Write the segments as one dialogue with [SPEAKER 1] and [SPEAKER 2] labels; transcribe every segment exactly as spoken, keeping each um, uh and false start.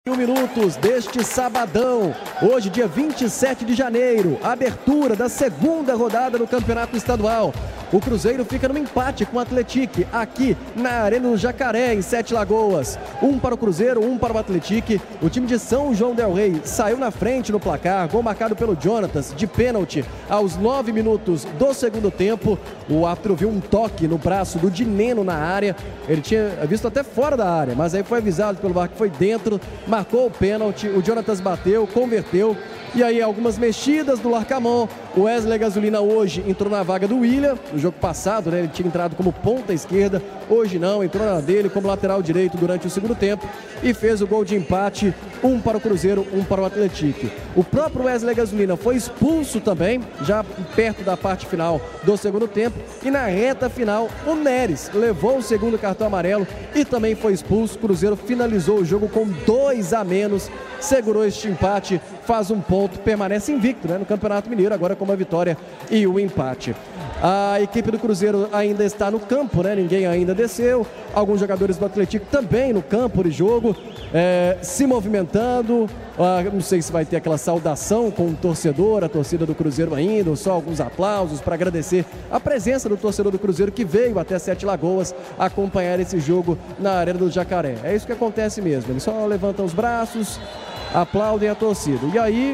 [SPEAKER 1] Minutos deste sabadão, hoje dia vinte e sete de janeiro, abertura da segunda rodada do Campeonato Estadual. O Cruzeiro fica no empate com o Atlético, aqui na Arena do Jacaré, em Sete Lagoas. Um para o Cruzeiro, um para o Atlético. O time de São João del Rei saiu na frente no placar, gol marcado pelo Jonatas, de pênalti, aos nove minutos do segundo tempo. O árbitro viu um toque no braço do Dineno na área, ele tinha visto até fora da área, mas aí foi avisado pelo V A R que foi dentro, marcou o pênalti, o Jonatas bateu, converteu. E aí algumas mexidas do Larcamon. O Wesley Gasolina hoje entrou na vaga do William. No jogo passado, né, ele tinha entrado como ponta esquerda. Hoje não, entrou na dele como lateral direito durante o segundo tempo. E fez o gol de empate, um para o Cruzeiro, um para o Atlético. O próprio Wesley Gasolina foi expulso também, já perto da parte final do segundo tempo. E na reta final, o Neres levou o segundo cartão amarelo e também foi expulso. O Cruzeiro finalizou o jogo com dois a menos, segurou este empate, faz um ponto, permanece invicto, né, no Campeonato Mineiro, agora com uma vitória e o um empate. A equipe do Cruzeiro ainda está no campo, né? Ninguém ainda desceu. Alguns jogadores do Atlético também no campo de jogo, é, se movimentando. Ah, não sei se vai ter aquela saudação com o torcedor, a torcida do Cruzeiro ainda, ou só alguns aplausos para agradecer a presença do torcedor do Cruzeiro que veio até Sete Lagoas acompanhar esse jogo na Arena do Jacaré. É isso que acontece mesmo, eles só levantam os braços, aplaudem a torcida. E aí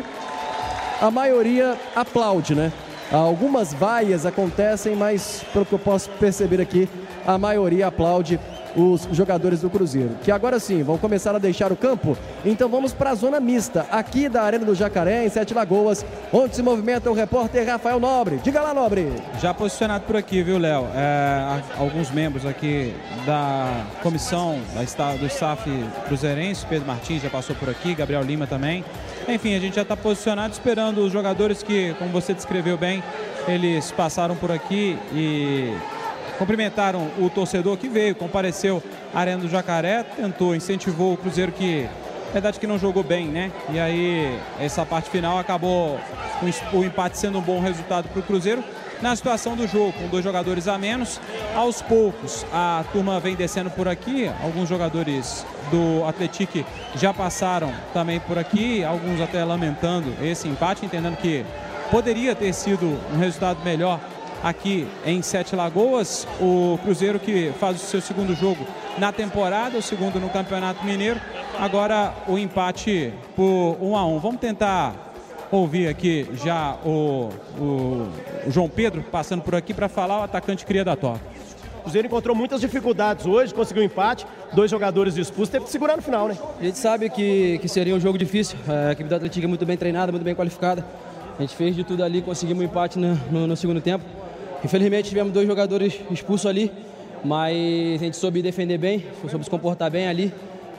[SPEAKER 1] a maioria aplaude, né? Algumas vaias acontecem, mas pelo que eu posso perceber aqui, a maioria aplaude os jogadores do Cruzeiro, que agora sim vão começar a deixar o campo. Então vamos para a zona mista, aqui da Arena do Jacaré, em Sete Lagoas, onde se movimenta o repórter Rafael Nobre. Diga lá, Nobre.
[SPEAKER 2] Já posicionado por aqui, viu, Léo? É, alguns membros aqui da comissão da, do staff cruzeirense, Pedro Martins já passou por aqui, Gabriel Lima também. Enfim, a gente já está posicionado esperando os jogadores que, como você descreveu bem, eles passaram por aqui e cumprimentaram o torcedor que veio, compareceu à Arena do Jacaré, tentou, incentivou o Cruzeiro que, na verdade, que não jogou bem, né? E aí, essa parte final acabou o empate sendo um bom resultado para o Cruzeiro. Na situação do jogo, com dois jogadores a menos, aos poucos a turma vem descendo por aqui, alguns jogadores do Atlético já passaram também por aqui, alguns até lamentando esse empate, entendendo que poderia ter sido um resultado melhor aqui em Sete Lagoas. O Cruzeiro que faz o seu segundo jogo na temporada, o segundo no Campeonato Mineiro, agora o empate por um a um. Vamos tentar ouvir aqui já o, o, o João Pedro passando por aqui para falar, o atacante cria da toca.
[SPEAKER 3] O Cruzeiro encontrou muitas dificuldades hoje, conseguiu um empate, dois jogadores expulsos, teve que segurar no final, né?
[SPEAKER 4] A gente sabe que, que seria um jogo difícil, a equipe do Atlético é muito bem treinada, muito bem qualificada. A gente fez de tudo ali, conseguimos um empate no, no, no segundo tempo. Infelizmente tivemos dois jogadores expulsos ali, mas a gente soube defender bem, soube se comportar bem ali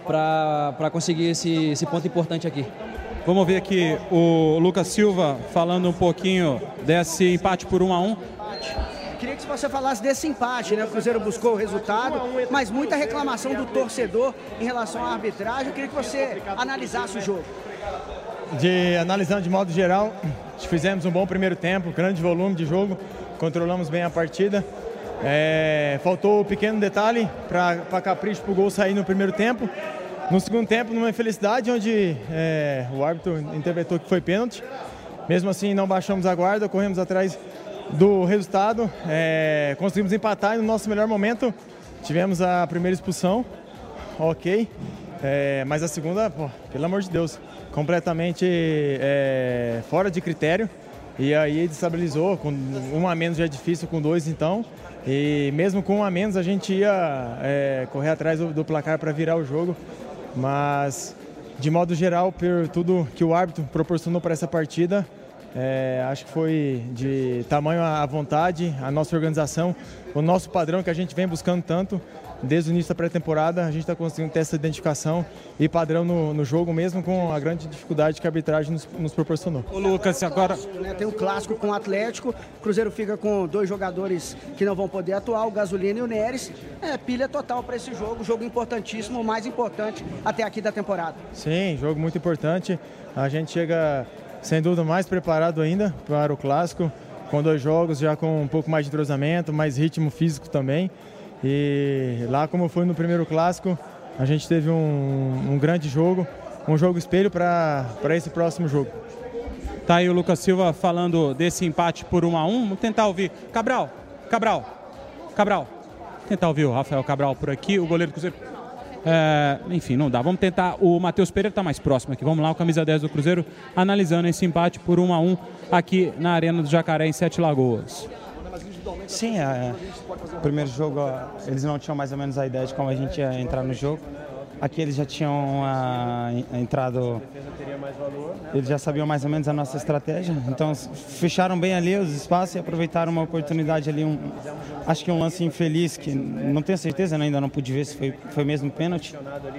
[SPEAKER 4] para conseguir esse, esse ponto importante aqui.
[SPEAKER 2] Vamos ver aqui o Lucas Silva falando um pouquinho desse empate por um a um.
[SPEAKER 5] Queria que você falasse desse empate, né? O Cruzeiro buscou o resultado, mas muita reclamação do torcedor em relação à arbitragem. Eu queria que você analisasse o jogo.
[SPEAKER 6] De, analisando de modo geral, fizemos um bom primeiro tempo, grande volume de jogo, controlamos bem a partida. É, faltou o pequeno detalhe para capricho para o gol sair no primeiro tempo. No segundo tempo, numa infelicidade, onde é, o árbitro interpretou que foi pênalti. Mesmo assim, não baixamos a guarda, corremos atrás do resultado, é, conseguimos empatar e no nosso melhor momento tivemos a primeira expulsão, ok, é, mas a segunda, pô, pelo amor de Deus, completamente é, fora de critério, e aí desestabilizou, com um a menos já é difícil, com dois então, e mesmo com um a menos a gente ia é, correr atrás do, do placar para virar o jogo, mas de modo geral, por tudo que o árbitro proporcionou para essa partida, É, acho que foi de tamanho à vontade, a nossa organização, o nosso padrão que a gente vem buscando tanto desde o início da pré-temporada. A gente está conseguindo ter essa identificação e padrão no, no jogo, mesmo com a grande dificuldade que a arbitragem nos, nos proporcionou.
[SPEAKER 2] O Lucas, agora
[SPEAKER 5] tem um clássico com o Atlético, o Cruzeiro fica com dois jogadores que não vão poder atuar, o Gasolina e o Neres. É pilha total para esse jogo, jogo importantíssimo, o mais importante até aqui da temporada.
[SPEAKER 6] Sim, jogo muito importante. A gente chega sem dúvida mais preparado ainda para o clássico, com dois jogos já com um pouco mais de entrosamento, mais ritmo físico também. E lá como foi no primeiro clássico, a gente teve um, um grande jogo, um jogo espelho para esse próximo jogo.
[SPEAKER 2] Tá aí o Lucas Silva falando desse empate por um a um. Vamos tentar ouvir. Cabral, Cabral, Cabral. Tentar ouvir o Rafael Cabral por aqui, o goleiro do Cruzeiro. É, enfim, não dá. Vamos tentar. O Matheus Pereira está mais próximo aqui. Vamos lá, o camisa dez do Cruzeiro, analisando esse empate por um a um aqui na Arena do Jacaré, em Sete Lagoas.
[SPEAKER 7] Sim, é, o primeiro jogo ó, eles não tinham mais ou menos a ideia de como a gente ia entrar no jogo. Aqui eles já tinham a, a entrado, eles já sabiam mais ou menos a nossa estratégia, então fecharam bem ali os espaços e aproveitaram uma oportunidade ali, um, acho que um lance infeliz, que não tenho certeza, né, ainda não pude ver se foi, foi mesmo pênalti,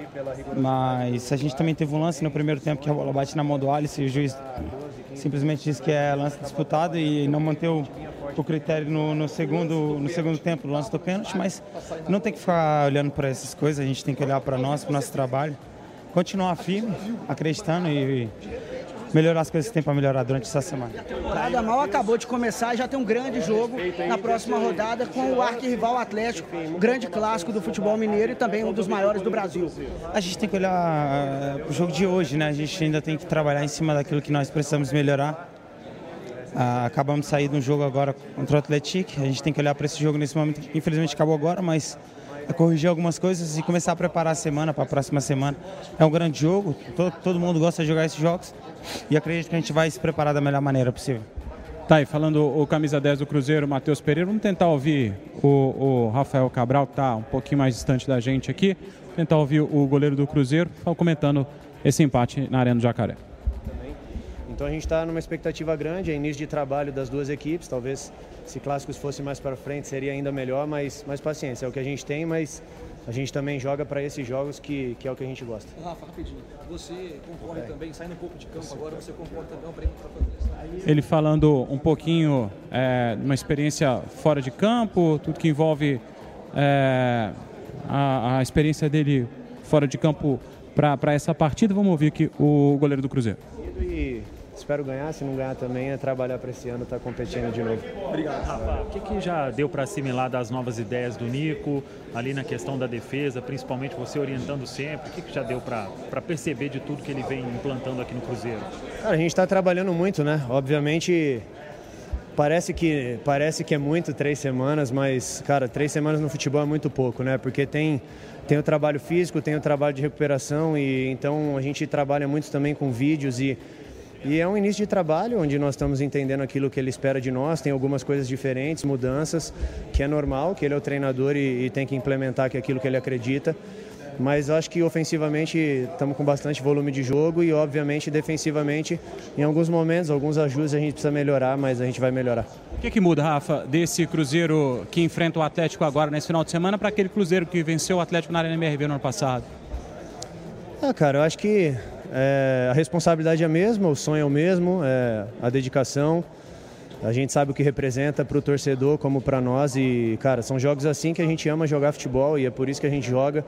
[SPEAKER 7] mas a gente também teve um lance no primeiro tempo que a bola bate na mão do Alisson e o juiz simplesmente disse que é lance disputado e não manteve o critério no, no, segundo, no segundo tempo do lance do pênalti, mas não tem que ficar olhando para essas coisas, a gente tem que olhar para nós, para o nosso trabalho, continuar firme, acreditando e melhorar as coisas que tem para melhorar durante essa semana.
[SPEAKER 5] Nada mal acabou de começar, já tem um grande jogo na próxima rodada com o arquirrival Atlético, grande clássico do futebol mineiro e também um dos maiores do Brasil.
[SPEAKER 7] A gente tem que olhar uh, o jogo de hoje, né? A gente ainda tem que trabalhar em cima daquilo que nós precisamos melhorar. Uh, acabamos de sair de um jogo agora contra o Atlético, a gente tem que olhar para esse jogo nesse momento, infelizmente acabou agora, mas é corrigir algumas coisas e começar a preparar a semana para a próxima semana. É um grande jogo, todo, todo mundo gosta de jogar esses jogos e acredito que a gente vai se preparar da melhor maneira possível.
[SPEAKER 2] Tá aí, falando o camisa dez do Cruzeiro, Matheus Pereira, vamos tentar ouvir o, o Rafael Cabral, que está um pouquinho mais distante da gente aqui, tentar ouvir o goleiro do Cruzeiro comentando esse empate na Arena do Jacaré.
[SPEAKER 8] Então a gente está numa expectativa grande, é início de trabalho das duas equipes, talvez se clássicos fosse mais para frente seria ainda melhor, mas, mas paciência, é o que a gente tem, mas a gente também joga para esses jogos que, que é o que a gente gosta.
[SPEAKER 9] Rafa, rapidinho, você concorre também, saindo um pouco de campo agora, você concorre também para fazer isso?
[SPEAKER 2] Ele falando um pouquinho é, de uma experiência fora de campo, tudo que envolve é, a, a experiência dele fora de campo para essa partida. Vamos ouvir aqui o goleiro do Cruzeiro.
[SPEAKER 8] E espero ganhar, se não ganhar também é trabalhar para esse ano, estar tá competindo de novo.
[SPEAKER 9] Obrigado, Rafa.
[SPEAKER 10] O que, que já deu para assimilar das novas ideias do Nico, ali na questão da defesa, principalmente você orientando sempre? O que, que já deu para perceber de tudo que ele vem implantando aqui no Cruzeiro?
[SPEAKER 8] Cara, a gente está trabalhando muito, né? Obviamente, parece que, parece que é muito, três semanas, mas, cara, três semanas no futebol é muito pouco, né? Porque tem, tem o trabalho físico, tem o trabalho de recuperação e então a gente trabalha muito também com vídeos e E é um início de trabalho onde nós estamos entendendo aquilo que ele espera de nós, tem algumas coisas diferentes, mudanças, que é normal, que ele é o treinador e, e tem que implementar aquilo que ele acredita. Mas eu acho que ofensivamente estamos com bastante volume de jogo e obviamente defensivamente em alguns momentos, alguns ajustes a gente precisa melhorar, mas a gente vai melhorar.
[SPEAKER 2] O que, que muda, Rafa, desse Cruzeiro que enfrenta o Atlético agora nesse final de semana para aquele Cruzeiro que venceu o Atlético na Arena M R V no ano passado?
[SPEAKER 8] Ah, cara, eu acho que é, a responsabilidade é a mesma, o sonho é o mesmo, é, a dedicação. A gente sabe o que representa para o torcedor como para nós e, cara, são jogos assim que a gente ama jogar futebol e é por isso que a gente joga.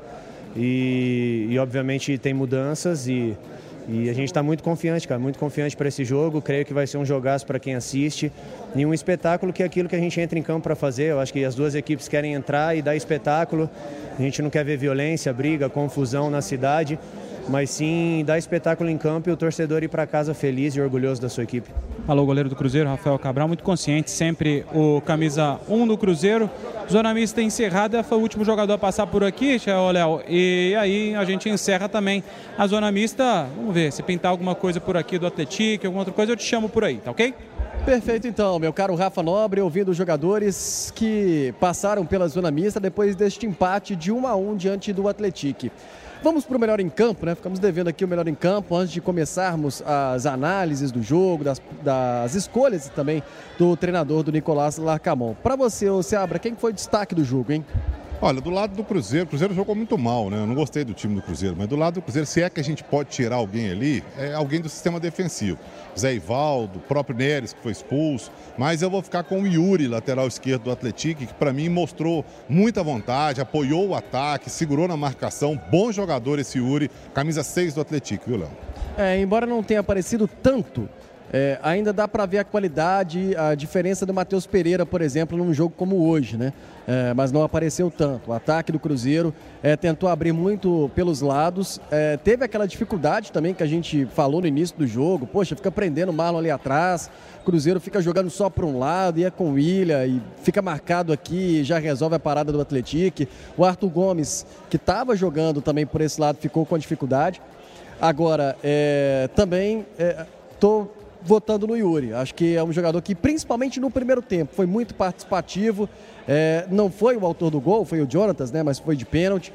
[SPEAKER 8] E, e obviamente tem mudanças e, e a gente está muito confiante, cara, muito confiante para esse jogo. Creio que vai ser um jogaço para quem assiste e um espetáculo que é aquilo que a gente entra em campo para fazer. Eu acho que as duas equipes querem entrar e dar espetáculo. A gente não quer ver violência, briga, confusão na cidade, mas sim dar espetáculo em campo e o torcedor ir para casa feliz e orgulhoso da sua equipe.
[SPEAKER 2] Falou o goleiro do Cruzeiro, Rafael Cabral, muito consciente, sempre o camisa um do Cruzeiro. Zona mista encerrada, foi o último jogador a passar por aqui, Léo, e aí a gente encerra também a zona mista. Vamos ver, se pintar alguma coisa por aqui do Atlético, alguma outra coisa, eu te chamo por aí, tá ok?
[SPEAKER 1] Perfeito, então, meu caro Rafa Nobre, ouvindo os jogadores que passaram pela zona mista depois deste empate de um a um diante do Atlético. Vamos para o Melhor em Campo, né? Ficamos devendo aqui o Melhor em Campo antes de começarmos as análises do jogo, das, das escolhas também do treinador do Nicolás Larcamon. Para você, ô Seabra, quem foi o destaque do jogo, hein?
[SPEAKER 11] Olha, do lado do Cruzeiro, o Cruzeiro jogou muito mal, né? Eu não gostei do time do Cruzeiro, mas do lado do Cruzeiro, se é que a gente pode tirar alguém ali, é alguém do sistema defensivo. Zé Ivaldo, o próprio Neres, que foi expulso, mas eu vou ficar com o Yuri, lateral esquerdo do Atlético, que para mim mostrou muita vontade, apoiou o ataque, segurou na marcação, bom jogador esse Yuri, camisa seis do Atlético, viu, Léo?
[SPEAKER 1] É, embora não tenha aparecido tanto É, ainda dá para ver a qualidade, a diferença do Matheus Pereira, por exemplo, num jogo como hoje, né? É, mas não apareceu tanto. O ataque do Cruzeiro é, tentou abrir muito pelos lados, é, teve aquela dificuldade também que a gente falou no início do jogo, poxa, fica prendendo o Marlon ali atrás, o Cruzeiro fica jogando só para um lado, ia com o William e fica marcado aqui e já resolve a parada do Atlético. O Arthur Gomes, que estava jogando também por esse lado, ficou com dificuldade. Agora, é, também estou... É, votando no Yuri. Acho que é um jogador que, principalmente no primeiro tempo, foi muito participativo. É, não foi o autor do gol, foi o Jonatas, né? Mas foi de pênalti.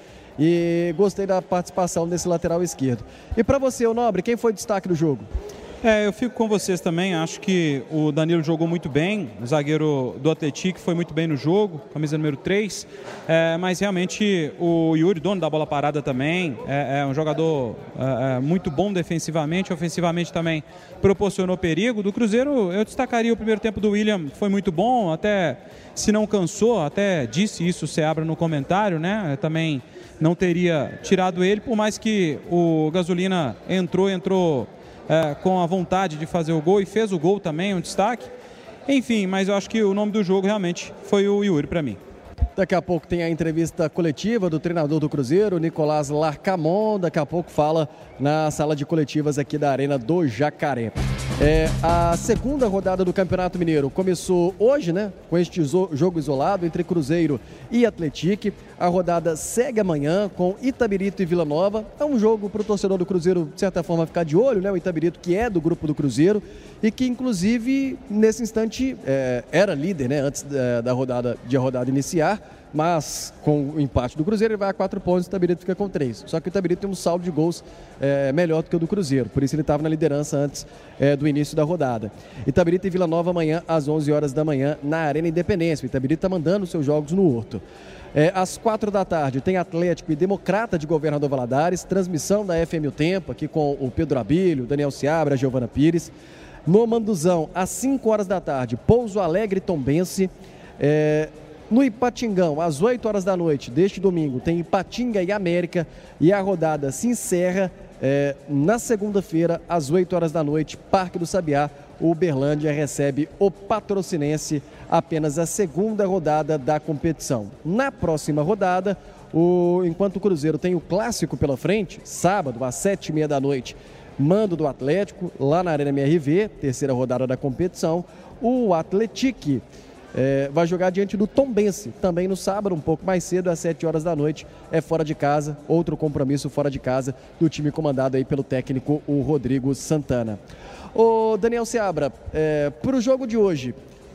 [SPEAKER 1] E gostei da participação desse lateral esquerdo. E para você, ô Nobre, quem foi o destaque do jogo?
[SPEAKER 2] É, eu fico com vocês também. Acho que o Danilo jogou muito bem. O zagueiro do Atlético foi muito bem no jogo, camisa número três. É, mas realmente o Yuri, dono da bola parada também, é, é um jogador é, muito bom defensivamente. Ofensivamente também proporcionou perigo. Do Cruzeiro, eu destacaria o primeiro tempo do William, foi muito bom. Até se não cansou, até disse isso o Seabra no comentário, né? Eu também não teria tirado ele, por mais que o Gasolina entrou, entrou... É, com a vontade de fazer o gol e fez o gol também, um destaque. Enfim, mas eu acho que o nome do jogo realmente foi o Yuri para mim.
[SPEAKER 1] Daqui a pouco tem a entrevista coletiva do treinador do Cruzeiro, Nicolás Larcamon. Daqui a pouco fala na sala de coletivas aqui da Arena do Jacaré. É, a segunda rodada do Campeonato Mineiro começou hoje, né? Com este jogo isolado entre Cruzeiro e Atlético. A rodada segue amanhã com Itabirito e Vila Nova. É um jogo para o torcedor do Cruzeiro, de certa forma, ficar de olho, né? O Itabirito, que é do grupo do Cruzeiro e que, inclusive, nesse instante é, era líder, né? Antes da, da rodada, de a rodada iniciar. Mas com o empate do Cruzeiro ele vai a quatro pontos e o Itabirito fica com três. Só que o Itabirito tem um saldo de gols é, melhor do que o do Cruzeiro, por isso ele estava na liderança antes é, do início da rodada. Itabirito e Vila Nova amanhã às onze horas da manhã na Arena Independência. O Itabirito está mandando seus jogos no Horto. É, às quatro da tarde tem Atlético e Democrata de Governador Valadares, transmissão da F M O Tempo, aqui com o Pedro Abílio, Daniel Seabra, a Giovana Pires. No Manduzão, às cinco horas da tarde, Pouso Alegre e Tombense. É, No Ipatingão, às oito horas da noite deste domingo, tem Ipatinga e América e a rodada se encerra é, na segunda-feira, às oito horas da noite, Parque do Sabiá. O Uberlândia recebe o Patrocinense, apenas a segunda rodada da competição. Na próxima rodada, o, enquanto o Cruzeiro tem o Clássico pela frente, sábado, às sete e meia da noite, mando do Atlético, lá na Arena M R V, terceira rodada da competição, o Atlético É, vai jogar diante do Tombense, também no sábado, um pouco mais cedo, às sete horas da noite, é fora de casa, outro compromisso fora de casa do time comandado aí pelo técnico, o Rodrigo Santana. Ô Daniel Seabra, é, para o jogo de hoje,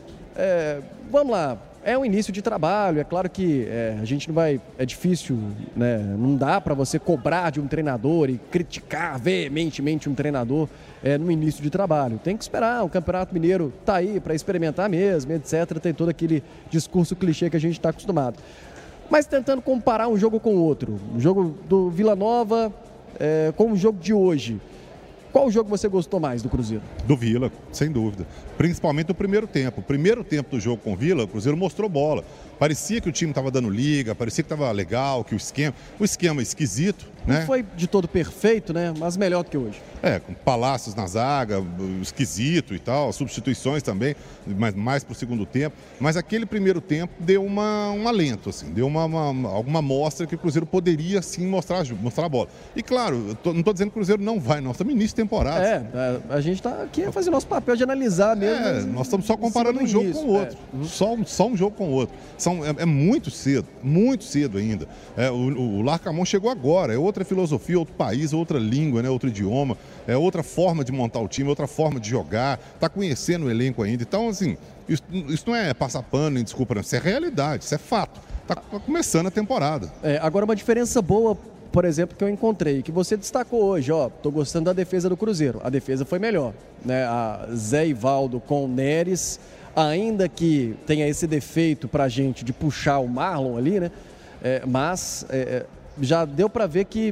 [SPEAKER 1] é, vamos lá, é um início de trabalho, é claro que é, a gente não vai, é difícil, né, não dá para você cobrar de um treinador e criticar veementemente um treinador é, no início de trabalho. Tem que esperar, o Campeonato Mineiro tá aí para experimentar mesmo, etcétera. Tem todo aquele discurso clichê que a gente está acostumado. Mas tentando comparar um jogo com o outro, o jogo do Vila Nova é, com o jogo de hoje, qual jogo você gostou mais do Cruzeiro?
[SPEAKER 11] Do Vila, sem dúvida. Principalmente o primeiro tempo. O primeiro tempo do jogo com o Vila, o Cruzeiro mostrou bola. Parecia que o time estava dando liga, parecia que estava legal, que o esquema... O esquema esquisito, né?
[SPEAKER 1] Não foi de todo perfeito, né? Mas melhor do que hoje.
[SPEAKER 11] É, com Palácios na zaga, esquisito e tal, substituições também, mas mais para o segundo tempo. Mas aquele primeiro tempo deu uma, um alento, assim, deu uma, uma, alguma mostra que o Cruzeiro poderia, sim, mostrar, mostrar a bola. E claro, eu tô, não estou dizendo que o Cruzeiro não vai, nós estamos no início de temporada.
[SPEAKER 1] É, a, a gente está aqui a fazer nosso papel de analisar mesmo.
[SPEAKER 11] É, nós estamos só comparando um jogo com o outro. É. Só, só um jogo com o outro. São, é, é muito cedo, muito cedo ainda. É, o, o Larcamon chegou agora, é outra filosofia, outro país, outra língua, né, outro idioma, é outra forma de montar o time, outra forma de jogar, está conhecendo o elenco ainda. Então, assim, isso, isso não é passar pano nem desculpa, não. Isso é realidade, isso é fato. Está começando a temporada.
[SPEAKER 1] É, agora uma diferença boa, por exemplo, que eu encontrei, que você destacou hoje, ó, tô gostando da defesa do Cruzeiro. A defesa foi melhor, né? A Zé Ivaldo com o Neres, ainda que tenha esse defeito pra gente de puxar o Marlon ali, né? É, mas é, já deu para ver que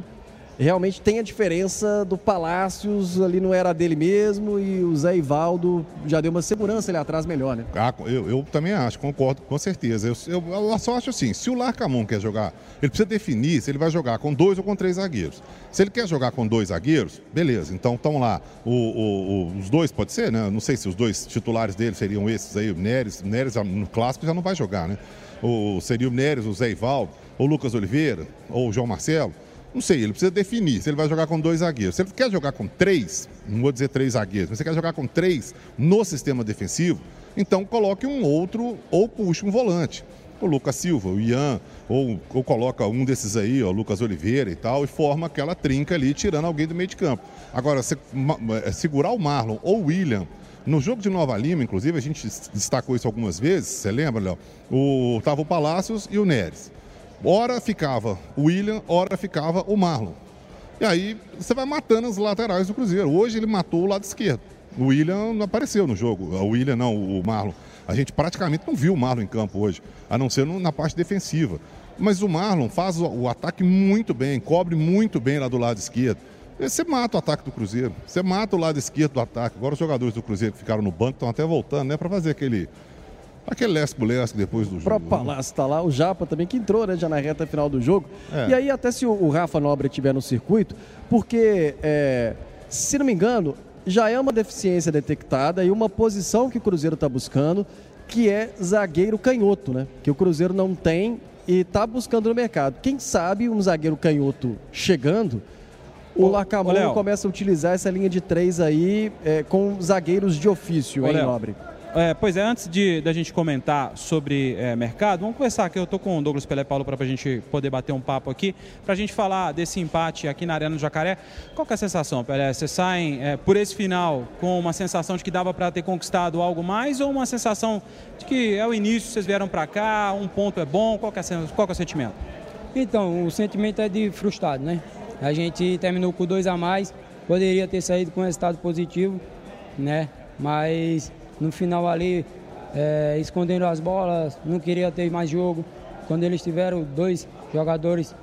[SPEAKER 1] realmente tem a diferença do Palácios, ali não era dele mesmo, e o Zé Ivaldo já deu uma segurança ali atrás melhor, né?
[SPEAKER 11] Ah, eu, eu também acho, concordo com certeza. Eu, eu, eu só acho assim, se o Larcamón quer jogar, ele precisa definir se ele vai jogar com dois ou com três zagueiros. Se ele quer jogar com dois zagueiros, beleza, então estão lá. O, o, o, os dois, pode ser, né? Não sei se os dois titulares dele seriam esses aí, o Neres. O Neres no clássico já não vai jogar, né? O, seria o Neres, o Zé Ivaldo, ou o Lucas Oliveira, ou o João Marcelo. Não sei, ele precisa definir se ele vai jogar com dois zagueiros. Se ele quer jogar com três, não vou dizer três zagueiros, mas se ele quer jogar com três no sistema defensivo, então coloque um outro ou puxe um volante. O Lucas Silva, o Ian, ou, ou coloca um desses aí, o Lucas Oliveira e tal, e forma aquela trinca ali, tirando alguém do meio de campo. Agora, se, segurar o Marlon ou o William, no jogo de Nova Lima, inclusive, a gente destacou isso algumas vezes, você lembra, Léo? O, tava o Palácios e o Neres. Ora ficava o William, ora ficava o Marlon. E aí você vai matando as laterais do Cruzeiro. Hoje ele matou o lado esquerdo. O William não apareceu no jogo. O William não, o Marlon. A gente praticamente não viu o Marlon em campo hoje, a não ser na parte defensiva. Mas o Marlon faz o, o ataque muito bem, cobre muito bem lá do lado esquerdo. E você mata o ataque do Cruzeiro. Você mata o lado esquerdo do ataque. Agora os jogadores do Cruzeiro que ficaram no banco estão até voltando, né, para fazer aquele... Aquele lesco-lesco depois do jogo.
[SPEAKER 1] O próprio Palácio está lá, o Japa também, que entrou, né, já na reta final do jogo. É. E aí, até se o, o Rafa Nobre estiver no circuito, porque, é, se não me engano, já é uma deficiência detectada e uma posição que o Cruzeiro está buscando, que é zagueiro canhoto, né? Que o Cruzeiro não tem e está buscando no mercado. Quem sabe um zagueiro canhoto chegando, o Larcamón começa a utilizar essa linha de três aí é, com zagueiros de ofício, hein, Nobre?
[SPEAKER 2] É, pois é, antes de da gente comentar sobre é, mercado, vamos conversar aqui. Eu estou com o Douglas Pelé Paulo para a gente poder bater um papo aqui, para a gente falar desse empate aqui na Arena do Jacaré. Qual que é a sensação, Pelé? Vocês saem é, por esse final com uma sensação de que dava para ter conquistado algo mais, ou uma sensação de que é o início, vocês vieram para cá, um ponto é bom? Qual que é, qual que é o sentimento?
[SPEAKER 4] Então, o sentimento é de frustrado, né? A gente terminou com dois a mais, poderia ter saído com um resultado positivo, né? Mas no final ali, é, escondendo as bolas, não queria ter mais jogo. Quando eles tiveram dois jogadores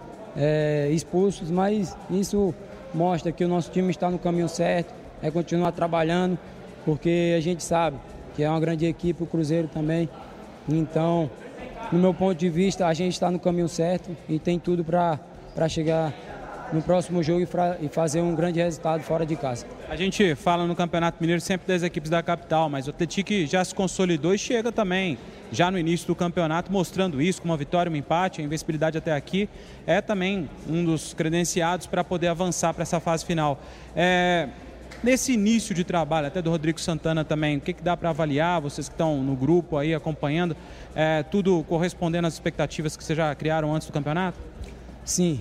[SPEAKER 4] é, expulsos, mas isso mostra que o nosso time está no caminho certo, é continuar trabalhando, porque a gente sabe que é uma grande equipe, o Cruzeiro também. Então, no meu ponto de vista, a gente está no caminho certo e tem tudo para para chegar no próximo jogo e, fra, e fazer um grande resultado fora de casa.
[SPEAKER 2] A gente fala no Campeonato Mineiro sempre das equipes da capital, mas o Atlético já se consolidou e chega também, já no início do campeonato, mostrando isso, com uma vitória, um empate, a invencibilidade até aqui, é também um dos credenciados para poder avançar para essa fase final. É, nesse início de trabalho, até do Rodrigo Santana também, o que, que dá para avaliar, vocês que estão no grupo aí acompanhando, é, tudo correspondendo às expectativas que vocês já criaram antes do campeonato?
[SPEAKER 4] Sim,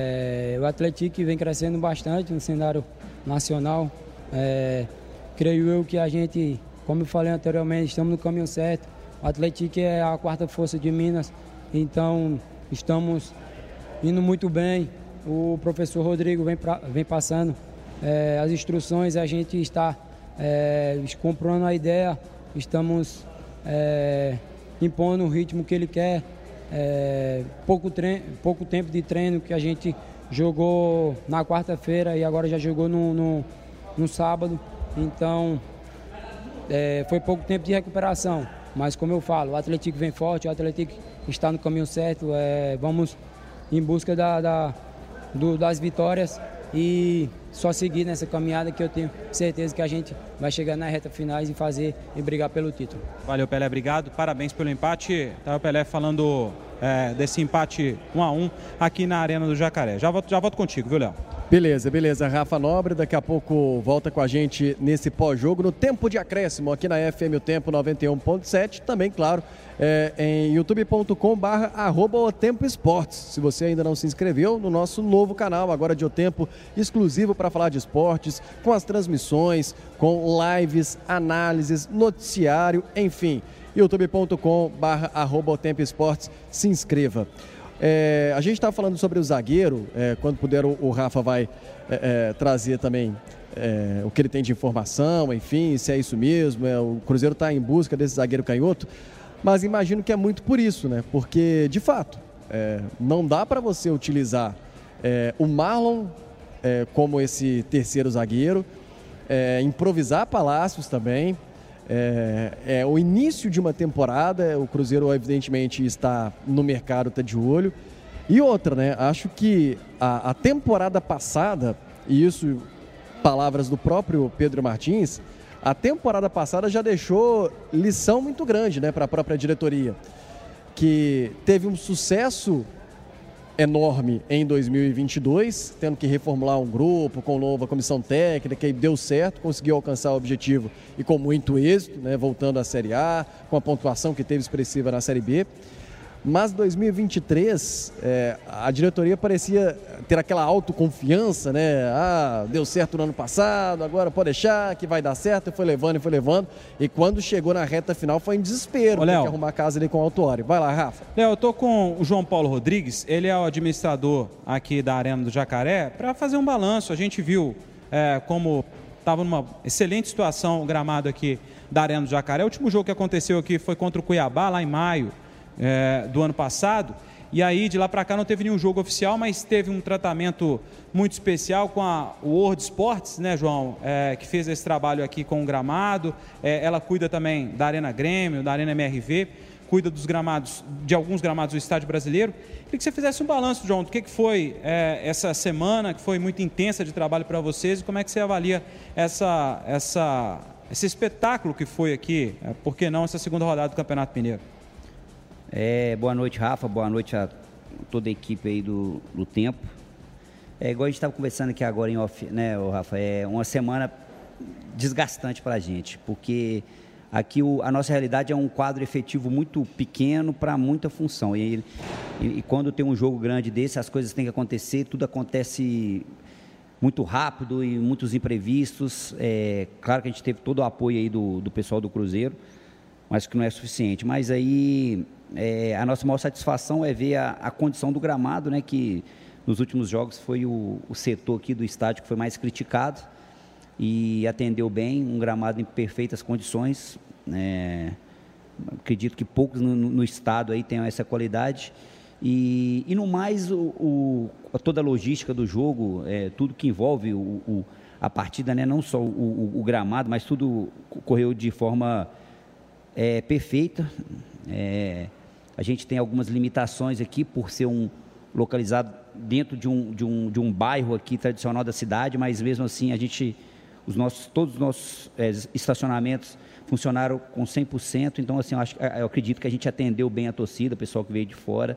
[SPEAKER 4] é, o Atlético vem crescendo bastante no cenário nacional. É, creio eu que a gente, como eu falei anteriormente, estamos no caminho certo. O Atlético é a quarta força de Minas, então estamos indo muito bem. O professor Rodrigo vem, pra, vem passando é, as instruções, a gente está é, comprando a ideia, estamos é, impondo o ritmo que ele quer. É, pouco, treino, pouco tempo de treino que a gente jogou na quarta-feira e agora já jogou no, no, no sábado, então é, foi pouco tempo de recuperação, mas como eu falo, o Atlético vem forte, o Atlético está no caminho certo, é, vamos em busca da, da, do, das vitórias e só seguir nessa caminhada que eu tenho certeza que a gente vai chegar na reta finais e fazer e brigar pelo título.
[SPEAKER 2] Valeu, Pelé, obrigado, parabéns pelo empate. Tá o Pelé falando é, desse empate um a um aqui na Arena do Jacaré. Já volto, já volto contigo, viu, Léo?
[SPEAKER 1] Beleza, beleza. Rafa Nobre, daqui a pouco volta com a gente nesse pós-jogo, no Tempo de Acréscimo, aqui na F M O Tempo noventa e um ponto sete, também, claro, é, em youtube ponto com barra arroba O Tempo Esportes. Se você ainda não se inscreveu, no nosso novo canal, agora de O Tempo, exclusivo para falar de esportes, com as transmissões, com lives, análises, noticiário, enfim, youtube ponto com barra arroba O Tempo Esportes, se inscreva. É, a gente estava falando sobre o zagueiro, é, quando puder o, o Rafa vai é, é, trazer também é, o que ele tem de informação, enfim, se é isso mesmo, é, o Cruzeiro está em busca desse zagueiro canhoto, mas imagino que é muito por isso, né? Porque, de fato, é, não dá para você utilizar é, o Marlon é, como esse terceiro zagueiro, é, improvisar Palácios também. É, é o início de uma temporada, o Cruzeiro evidentemente está no mercado, está de olho. E outra, né? Acho que a, a temporada passada, e isso, palavras do próprio Pedro Martins, a temporada passada já deixou lição muito grande, né, para a própria diretoria, que teve um sucesso enorme em dois mil e vinte e dois, tendo que reformular um grupo com nova comissão técnica, e deu certo, conseguiu alcançar o objetivo e com muito êxito, né, voltando à Série A, com a pontuação que teve expressiva na Série B. Mas dois mil e vinte e três, é, a diretoria parecia ter aquela autoconfiança, né? Ah, deu certo no ano passado, agora pode deixar que vai dar certo, e foi levando e foi levando. E quando chegou na reta final foi em desespero, ter que arrumar a casa ali com o Autuori. Vai lá, Rafa.
[SPEAKER 2] Léo, eu tô com o João Paulo Rodrigues, ele é o administrador aqui da Arena do Jacaré, para fazer um balanço. A gente viu é, como estava numa excelente situação o gramado aqui da Arena do Jacaré. O último jogo que aconteceu aqui foi contra o Cuiabá, lá em maio. É, do ano passado, e aí de lá para cá não teve nenhum jogo oficial, mas teve um tratamento muito especial com a World Sports, né, João, é, que fez esse trabalho aqui com o gramado. É, ela cuida também da Arena Grêmio, da Arena M R V, cuida dos gramados, de alguns gramados do Estádio Brasileiro. Queria que você fizesse um balanço, João, do que, que foi é, essa semana, que foi muito intensa de trabalho para vocês, e como é que você avalia essa, essa, esse espetáculo que foi aqui, é, por que não, essa segunda rodada do Campeonato Mineiro?
[SPEAKER 12] É, boa noite, Rafa, boa noite a toda a equipe aí do, do Tempo. É igual a gente estava conversando aqui agora em off, né, Rafa, é uma semana desgastante para a gente, porque aqui o, a nossa realidade é um quadro efetivo muito pequeno para muita função, e, e, e quando tem um jogo grande desse, as coisas têm que acontecer, tudo acontece muito rápido e muitos imprevistos. É, claro que a gente teve todo o apoio aí do, do pessoal do Cruzeiro, mas que não é suficiente. Mas aí é, a nossa maior satisfação é ver a, a condição do gramado, né, que nos últimos jogos foi o, o setor aqui do estádio que foi mais criticado e atendeu bem, um gramado em perfeitas condições. É, acredito que poucos no, no estado aí tenham essa qualidade. E, e no mais, o, o, toda a logística do jogo, é, tudo que envolve o, o, a partida, né, não só o, o, o gramado, mas tudo correu de forma É, perfeita. É, a gente tem algumas limitações aqui por ser um localizado dentro de um, de um, de um bairro aqui tradicional da cidade, mas mesmo assim a gente, os nossos, todos os nossos é, estacionamentos funcionaram com cem por cento, então assim, eu, acho, eu acredito que a gente atendeu bem a torcida, o pessoal que veio de fora,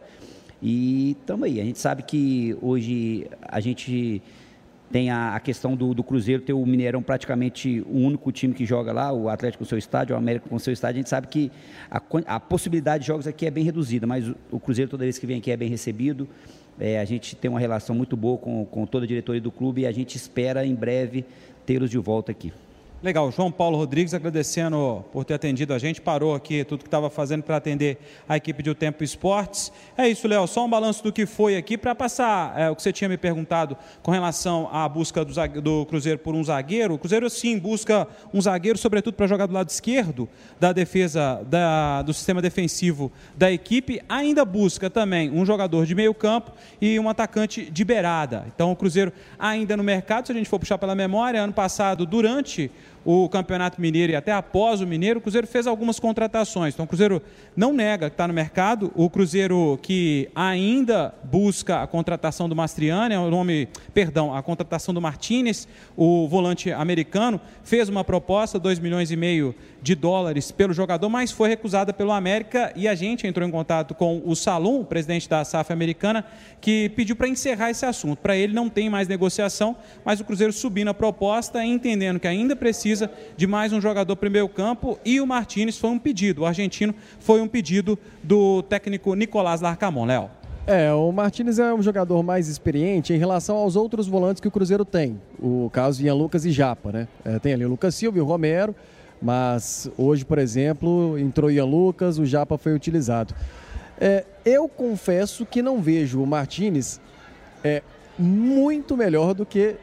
[SPEAKER 12] e estamos aí. A gente sabe que hoje a gente tem a, a questão do, do Cruzeiro ter o Mineirão praticamente o único time que joga lá, o Atlético com seu estádio, o América com seu estádio. A gente sabe que a, a possibilidade de jogos aqui é bem reduzida, mas o, o Cruzeiro toda vez que vem aqui é bem recebido. É, a gente tem uma relação muito boa com, com toda a diretoria do clube e a gente espera em breve tê-los de volta aqui.
[SPEAKER 2] Legal, João Paulo Rodrigues agradecendo por ter atendido a gente, parou aqui tudo que estava fazendo para atender a equipe de O Tempo Esportes. É isso, Léo, só um balanço do que foi aqui para passar é, o que você tinha me perguntado com relação à busca do, zague... do Cruzeiro por um zagueiro. O Cruzeiro sim busca um zagueiro, sobretudo para jogar do lado esquerdo da defesa, da... do sistema defensivo da equipe. Ainda busca também um jogador de meio campo e um atacante de beirada. Então o Cruzeiro ainda no mercado, se a gente for puxar pela memória, ano passado, durante o Campeonato Mineiro e até após o Mineiro, o Cruzeiro fez algumas contratações. Então o Cruzeiro não nega que está no mercado. O Cruzeiro que ainda busca a contratação do Mastriani, é o nome, perdão, a contratação do Martínez, o volante americano, fez uma proposta, dois milhões e meio de dólares pelo jogador, mas foi recusada pelo América, e a gente entrou em contato com o Salum, o presidente da S A F americana, que pediu para encerrar esse assunto. Para ele não tem mais negociação, mas o Cruzeiro subindo a proposta, entendendo que ainda precisa de mais um jogador para o meio campo, e o Martínez foi um pedido, o argentino foi um pedido do técnico Nicolás Larcamón. Léo.
[SPEAKER 1] É, o Martínez é um jogador mais experiente em relação aos outros volantes que o Cruzeiro tem. O caso Ian Lucas e Japa, né? É, tem ali o Lucas Silva e o Romero, mas hoje, por exemplo, entrou Ian Lucas, o Japa foi utilizado. É, eu confesso que não vejo o Martínez é, muito melhor do que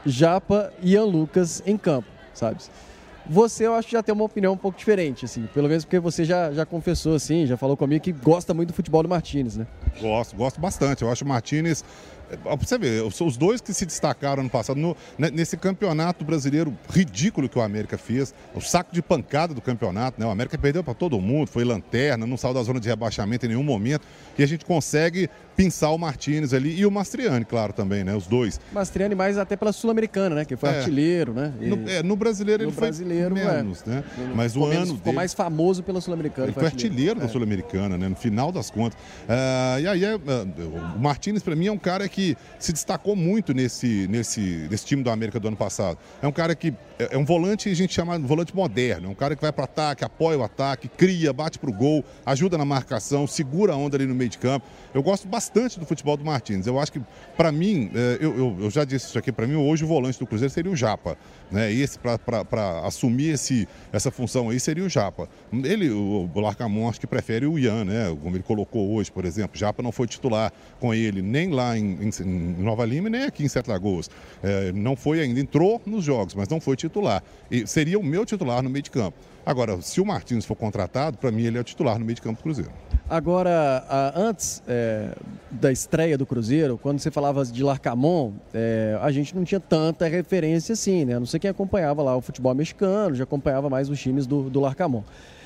[SPEAKER 1] Japa e Ian Lucas em campo, sabe? Você, eu acho que já tem uma opinião um pouco diferente, assim, pelo menos porque você já, já confessou, assim, já falou comigo que gosta muito do futebol do Martínez, né?
[SPEAKER 11] Gosto, gosto bastante. Eu acho o Martínez... Você vê, os dois que se destacaram ano passado, no, nesse campeonato brasileiro ridículo que o América fez, o saco de pancada do campeonato, né? O América perdeu para todo mundo, foi lanterna, não saiu da zona de rebaixamento em nenhum momento, e a gente consegue pinçar o Martínez ali e o Mastriani, claro, também, né? Os dois.
[SPEAKER 1] Mastriani mais até pela Sul-Americana, né? Que foi
[SPEAKER 11] é.
[SPEAKER 1] artilheiro, né? E...
[SPEAKER 11] No, é, no brasileiro
[SPEAKER 1] no
[SPEAKER 11] ele
[SPEAKER 1] brasileiro,
[SPEAKER 11] foi menos,
[SPEAKER 1] é.
[SPEAKER 11] né? Mas o
[SPEAKER 1] menos,
[SPEAKER 11] ano
[SPEAKER 1] ficou
[SPEAKER 11] dele...
[SPEAKER 1] mais famoso pela Sul-Americana.
[SPEAKER 11] Ele foi artilheiro da
[SPEAKER 1] é.
[SPEAKER 11] Sul-Americana, né? No final das contas. Uh, e aí, uh, o Martínez, para mim, é um cara que se destacou muito nesse, nesse, nesse time do América do ano passado. É um cara que é, é um volante, a gente chama de volante moderno. É um cara que vai para o ataque, apoia o ataque, cria, bate para o gol, ajuda na marcação, segura a onda ali no meio de campo. Eu gosto bastante do futebol do Martínez. Eu acho que, para mim, é, eu, eu, eu já disse isso aqui, para mim, hoje o volante do Cruzeiro seria o Japa. Né? Esse, para assumir esse, essa função aí, seria o Japa. Ele, o, o Larcamon, acho que prefere o Ian, né? Como ele colocou hoje, por exemplo. Japa não foi titular com ele, nem lá em, em, em Nova Lima, nem aqui em Sete Lagoas. É, não foi ainda, entrou nos jogos, mas não foi titular. E seria o meu titular no meio de campo. Agora, se o Martínez for contratado, para mim ele é o titular no meio de campo do Cruzeiro.
[SPEAKER 1] Agora, antes é, da estreia do Cruzeiro, quando você falava de Larcamon, é, a gente não tinha tanta referência assim, né? A não sei quem acompanhava lá o futebol mexicano, já acompanhava mais os times do, do Larcamon.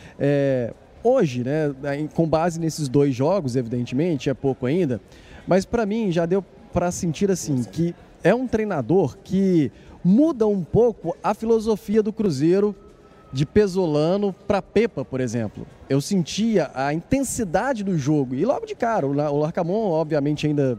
[SPEAKER 1] É, hoje, né, com base nesses dois jogos, evidentemente, é pouco ainda, mas para mim já deu para sentir assim que é um treinador que muda um pouco a filosofia do Cruzeiro de Pesolano para Pepa, por exemplo. Eu sentia a intensidade do jogo e logo de cara, o Larcamon obviamente ainda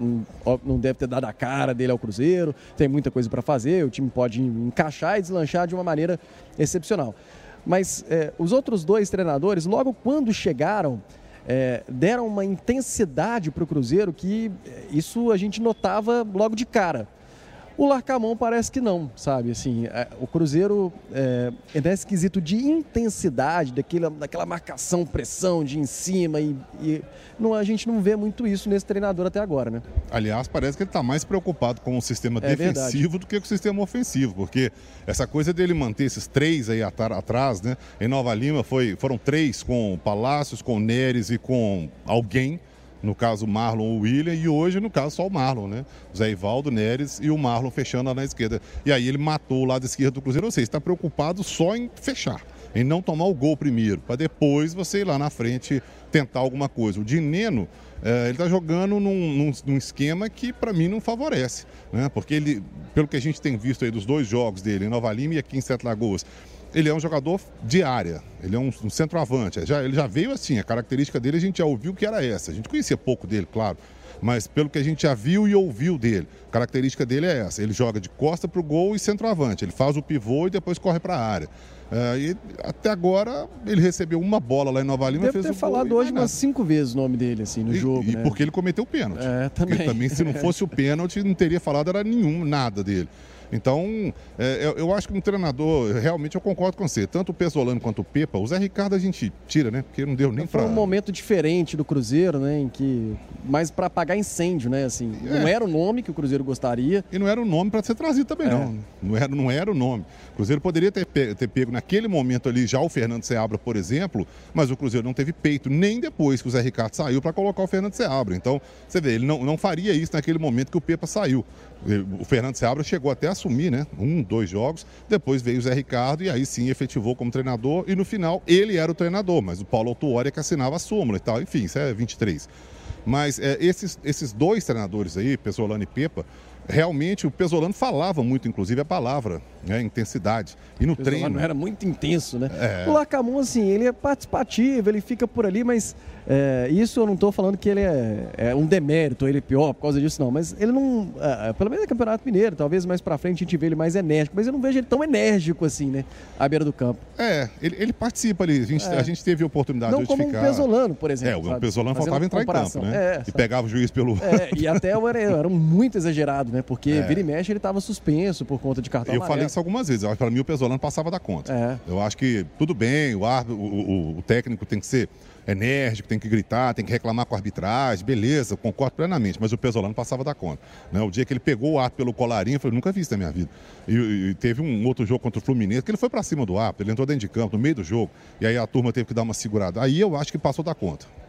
[SPEAKER 1] não deve ter dado a cara dele ao Cruzeiro, tem muita coisa para fazer, o time pode encaixar e deslanchar de uma maneira excepcional. Mas é, os outros dois treinadores, logo quando chegaram, É, deram uma intensidade para o Cruzeiro que isso a gente notava logo de cara. O Larcamon parece que não, sabe? Assim, é, o Cruzeiro é, é nesse quesito de intensidade, daquela, daquela marcação, pressão de em cima e, e não, a gente não vê muito isso nesse treinador até agora, né?
[SPEAKER 11] Aliás, parece que ele está mais preocupado com o sistema
[SPEAKER 1] é
[SPEAKER 11] defensivo
[SPEAKER 1] verdade.
[SPEAKER 11] do que com o sistema ofensivo, porque essa coisa dele manter esses três aí atrás, né? Em Nova Lima foi, foram três com Palácios, com Neres e com alguém. No caso, o Marlon ou o William, e hoje, no caso, só o Marlon, né? O Zé Ivaldo, Neres e o Marlon fechando lá na esquerda. E aí ele matou o lado esquerdo do Cruzeiro. Ou seja, está preocupado só em fechar, em não tomar o gol primeiro, para depois você ir lá na frente tentar alguma coisa. O Dineno, é, ele está jogando num, num, num esquema que, para mim, não favorece, né? Porque ele, pelo que a gente tem visto aí dos dois jogos dele, em Nova Lima e aqui em Sete Lagoas, ele é um jogador de área, ele é um, um centroavante, já, ele já veio assim, a característica dele a gente já ouviu que era essa, a gente conhecia pouco dele, claro, mas pelo que a gente já viu e ouviu dele, a característica dele é essa, ele joga de costa para o gol e centroavante, ele faz o pivô e depois corre para a área. É, e até agora ele recebeu uma bola lá em Nova Lima e fez o gol.
[SPEAKER 1] Deve ter falado hoje umas cinco vezes o nome dele assim no
[SPEAKER 11] e,
[SPEAKER 1] jogo,
[SPEAKER 11] e
[SPEAKER 1] né?
[SPEAKER 11] porque ele cometeu o pênalti.
[SPEAKER 1] É, também.
[SPEAKER 11] Porque também se não fosse o pênalti não teria falado era nenhum, nada dele. Então, é, eu, eu acho que um treinador, realmente eu concordo com você, tanto o Pesolano quanto o Pepa, o Zé Ricardo a gente tira, né? Porque não deu nem
[SPEAKER 1] para... Foi um momento diferente do Cruzeiro, né? Em que... Mas para apagar incêndio, né? Assim, é. Não era o nome que o Cruzeiro gostaria.
[SPEAKER 11] E não era o nome para ser trazido também, é. não. Não era, não era o nome. O Cruzeiro poderia ter, pe ter pego naquele momento ali já o Fernando Seabra, por exemplo, mas o Cruzeiro não teve peito, nem depois que o Zé Ricardo saiu para colocar o Fernando Seabra. Então, você vê, ele não, não faria isso naquele momento que o Pepa saiu. O Fernando Seabra chegou até a assumir, né? Um, dois jogos, depois veio o Zé Ricardo e aí sim efetivou como treinador e no final ele era o treinador, mas o Paulo Autuori que assinava a súmula e tal, enfim, isso é vinte e três. Mas é, esses, esses dois treinadores aí, Pesolano e Pepa, realmente o Pesolano falava muito, inclusive, a palavra, né? Intensidade. E no treino...
[SPEAKER 1] não era muito intenso, né?
[SPEAKER 11] É.
[SPEAKER 1] O Larcamon, assim, ele é participativo, ele fica por ali, mas é, isso eu não estou falando que ele é, é um demérito, ele é pior por causa disso, não. Mas ele não, é, pelo menos no Campeonato Mineiro, talvez mais pra frente a gente vê ele mais enérgico, mas eu não vejo ele tão enérgico assim, né? À beira do campo.
[SPEAKER 11] É, ele, ele participa ali, a gente, é. a gente teve a oportunidade
[SPEAKER 1] não
[SPEAKER 11] de ficar...
[SPEAKER 1] Não como o Pesolano, por exemplo.
[SPEAKER 11] É, o
[SPEAKER 1] sabe?
[SPEAKER 11] Pesolano faltava entrar comparação. em campo, né? É, e pegava o juiz pelo...
[SPEAKER 1] É, e até era, era muito exagerado, né? Porque é. vira e mexe ele estava suspenso por conta de cartão
[SPEAKER 11] Eu
[SPEAKER 1] amarelo.
[SPEAKER 11] falei isso algumas vezes, eu acho que para mim o Pesolano passava da conta.
[SPEAKER 1] É.
[SPEAKER 11] Eu acho que tudo bem, o, árbitro, o, o, o técnico tem que ser enérgico, tem que gritar, tem que reclamar com a arbitragem, beleza, concordo plenamente, mas o Pesolano passava da conta. Né? O dia que ele pegou o árbitro pelo colarinho, eu falei, nunca vi isso na minha vida. E, e teve um outro jogo contra o Fluminense, que ele foi para cima do árbitro, ele entrou dentro de campo, no meio do jogo, e aí a turma teve que dar uma segurada. Aí eu acho que passou da conta.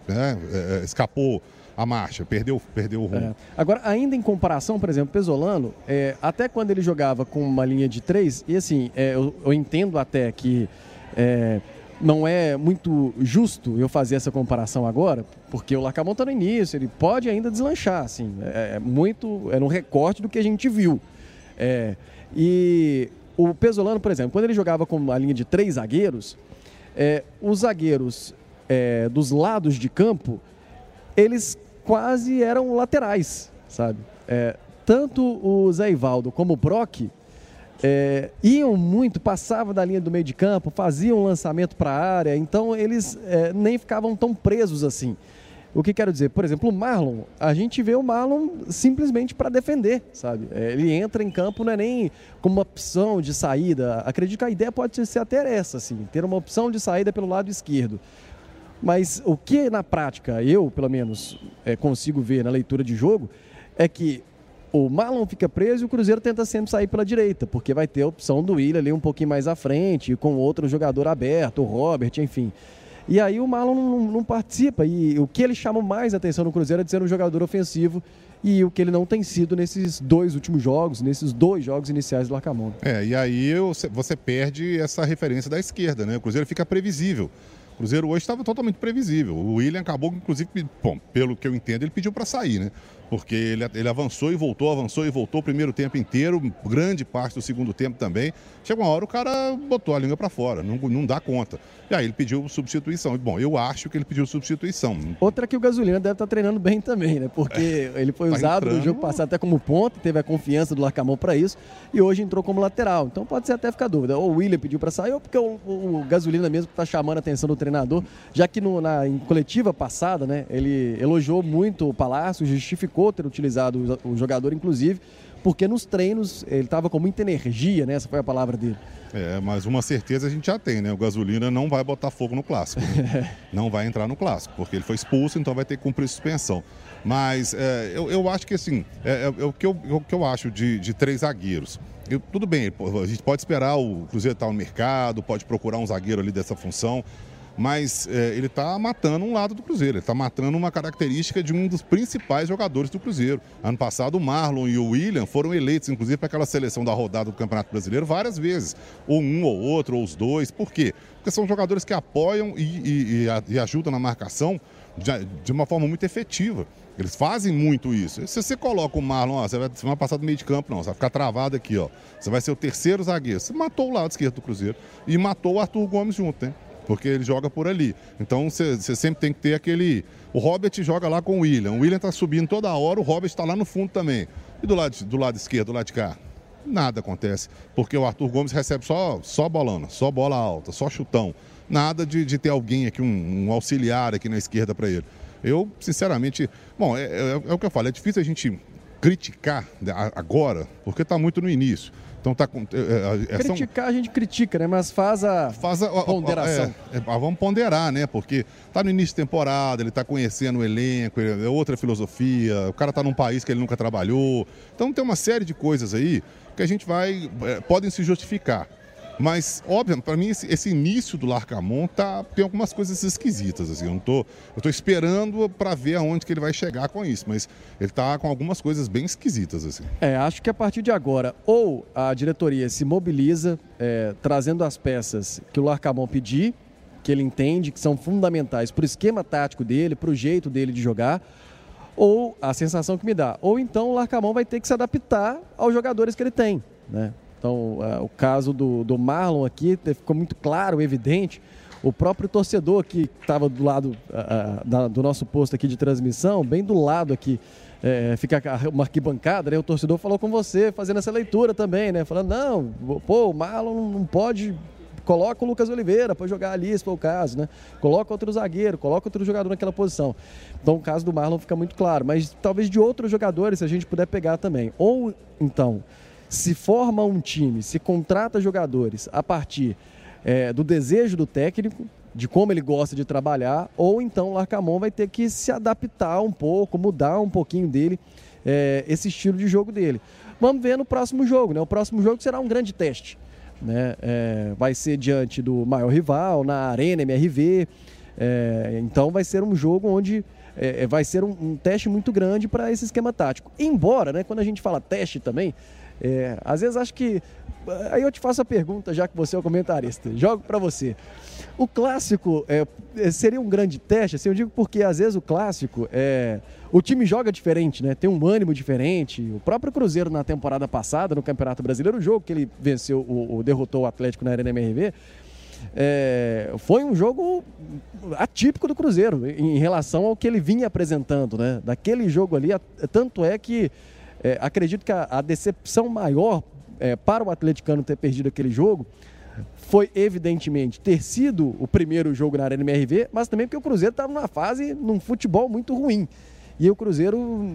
[SPEAKER 11] né? É, escapou a marcha, perdeu, perdeu o rumo.
[SPEAKER 1] É. Agora, ainda em comparação, por exemplo, Pezzolano, é, até quando ele jogava com uma linha de três, e assim, é, eu, eu entendo até que é, não é muito justo eu fazer essa comparação agora, porque o Larcamón está no início, ele pode ainda deslanchar, assim, é, é muito, é um recorte do que a gente viu. É, e o Pezzolano, por exemplo, quando ele jogava com uma linha de três zagueiros, é, os zagueiros é, dos lados de campo, eles quase eram laterais, sabe? É, tanto o Zé Ivaldo como o Brock é, iam muito, passavam da linha do meio de campo, faziam um lançamento para a área, então eles é, nem ficavam tão presos assim. O que quero dizer? Por exemplo, o Marlon, a gente vê o Marlon simplesmente para defender, sabe? É, ele entra em campo, não é nem como uma opção de saída. Acredito que a ideia pode ser até essa, assim, ter uma opção de saída pelo lado esquerdo. Mas o que na prática eu, pelo menos, é, consigo ver na leitura de jogo é que o Marlon fica preso e o Cruzeiro tenta sempre sair pela direita, porque vai ter a opção do Willian ali um pouquinho mais à frente, com outro jogador aberto, o Robert, enfim. E aí o Marlon não, não participa, e o que ele chama mais atenção no Cruzeiro é de ser um jogador ofensivo, e o que ele não tem sido nesses dois últimos jogos, nesses dois jogos iniciais do Larcamón.
[SPEAKER 11] É, e aí você perde essa referência da esquerda, né? O Cruzeiro fica previsível. O Cruzeiro hoje estava totalmente previsível. O Willian acabou, inclusive, bom, pelo que eu entendo, ele pediu para sair, né? Porque ele, ele avançou e voltou, avançou e voltou o primeiro tempo inteiro, grande parte do segundo tempo também. Chegou uma hora o cara botou a língua para fora, não, não dá conta. E aí ele pediu substituição. Bom, eu acho que ele pediu substituição.
[SPEAKER 1] Outra que o Gasolina deve estar treinando bem também, né? Porque ele foi
[SPEAKER 11] tá
[SPEAKER 1] usado
[SPEAKER 11] entrando.
[SPEAKER 1] no jogo passado até como ponta, teve a confiança do Larcamón para isso, e hoje entrou como lateral. Então pode ser até ficar dúvida. Ou o Willian pediu para sair, ou porque o, o, o Gasolina mesmo está chamando a atenção do treinador, já que no, na em coletiva passada, né, ele elogiou muito o Palácio, justificou ter utilizado o, o jogador, inclusive, porque nos treinos ele estava com muita energia, né? Essa foi a palavra dele.
[SPEAKER 11] É, mas uma certeza a gente já tem, né? O Gasolina não vai botar fogo no Clássico. Né? Não vai entrar no Clássico, porque ele foi expulso, então vai ter que cumprir suspensão. Mas é, eu, eu acho que assim, é, é, é o, que eu, é o que eu acho de, de três zagueiros. Eu, tudo bem, a gente pode esperar o Cruzeiro estar no mercado, pode procurar um zagueiro ali dessa função, mas é, ele está matando um lado do Cruzeiro, ele está matando uma característica de um dos principais jogadores do Cruzeiro. Ano passado o Marlon e o Willian foram eleitos, inclusive, para aquela seleção da rodada do Campeonato Brasileiro várias vezes, ou um ou outro, ou os dois. Por quê? Porque são jogadores que apoiam e, e, e, e ajudam na marcação de, de uma forma muito efetiva. Eles fazem muito isso. Se você coloca o Marlon, ó, você vai, você vai passar do meio de campo, não, você vai ficar travado aqui, ó. Você vai ser o terceiro zagueiro. Você matou o lado esquerdo do Cruzeiro e matou o Arthur Gomes junto, né? Porque ele joga por ali. Então você sempre tem que ter aquele... O Robert joga lá com o Willian. O Willian está subindo toda hora, o Robert está lá no fundo também. E do lado, do lado esquerdo, do lado de cá? Nada acontece. Porque o Arthur Gomes recebe só, só bolona, só bola alta, só chutão. Nada de, de ter alguém aqui, um, um auxiliar aqui na esquerda para ele. Eu, sinceramente... Bom, é, é, é o que eu falo, é difícil a gente criticar agora, porque está muito no início. Então tá com. É, é,
[SPEAKER 1] Criticar são... a gente critica, né? Mas faz a,
[SPEAKER 11] faz a
[SPEAKER 1] ponderação.
[SPEAKER 11] É, é, vamos ponderar, né? Porque tá no início de temporada, ele tá conhecendo o elenco, é outra filosofia, o cara tá num país que ele nunca trabalhou. Então tem uma série de coisas aí que a gente vai. É, podem se justificar. Mas, óbvio, para mim, esse, esse início do Larcamón tá, tem algumas coisas esquisitas. Assim, eu, não tô, eu tô esperando para ver aonde que ele vai chegar com isso, mas ele tá com algumas coisas bem esquisitas. Assim.
[SPEAKER 1] É, acho que a partir de agora, ou a diretoria se mobiliza, é, trazendo as peças que o Larcamón pedir, que ele entende que são fundamentais para o esquema tático dele, para o jeito dele de jogar, ou a sensação que me dá, ou então o Larcamón vai ter que se adaptar aos jogadores que ele tem, né? Então, uh, o caso do, do Marlon aqui ficou muito claro, evidente. O próprio torcedor que estava do lado uh, da, do nosso posto aqui de transmissão, bem do lado aqui, é, fica uma arquibancada, né? O torcedor falou com você, fazendo essa leitura também, né? Falando, não, pô, o Marlon não pode... Coloca o Lucas Oliveira para jogar ali, se for o caso, né? Coloca outro zagueiro, coloca outro jogador naquela posição. Então, o caso do Marlon fica muito claro. Mas talvez de outros jogadores, se a gente puder pegar também. Ou, então... Se forma um time, se contrata jogadores a partir é, do desejo do técnico, de como ele gosta de trabalhar, ou então o Larcamón vai ter que se adaptar um pouco, mudar um pouquinho dele, é, esse estilo de jogo dele. Vamos ver no próximo jogo, né? O próximo jogo será um grande teste, né? É, vai ser diante do maior rival, na Arena M R V. É, então vai ser um jogo onde é, vai ser um, um teste muito grande para esse esquema tático. Embora, né, quando a gente fala teste também, é, às vezes acho que... Aí eu te faço a pergunta, já que você é o comentarista. Jogo para você. O clássico é, seria um grande teste? Assim, eu digo porque às vezes o clássico, é, o time joga diferente, né? Tem um ânimo diferente. O próprio Cruzeiro na temporada passada, no Campeonato Brasileiro, o jogo que ele venceu, o, o derrotou o Atlético na Arena M R V, é, foi um jogo atípico do Cruzeiro em relação ao que ele vinha apresentando, né? Daquele jogo ali, tanto é que é, acredito que a, a decepção maior é, para o atleticano ter perdido aquele jogo foi, evidentemente, ter sido o primeiro jogo na Arena M R V, mas também porque o Cruzeiro estava numa fase, num futebol muito ruim. E o Cruzeiro,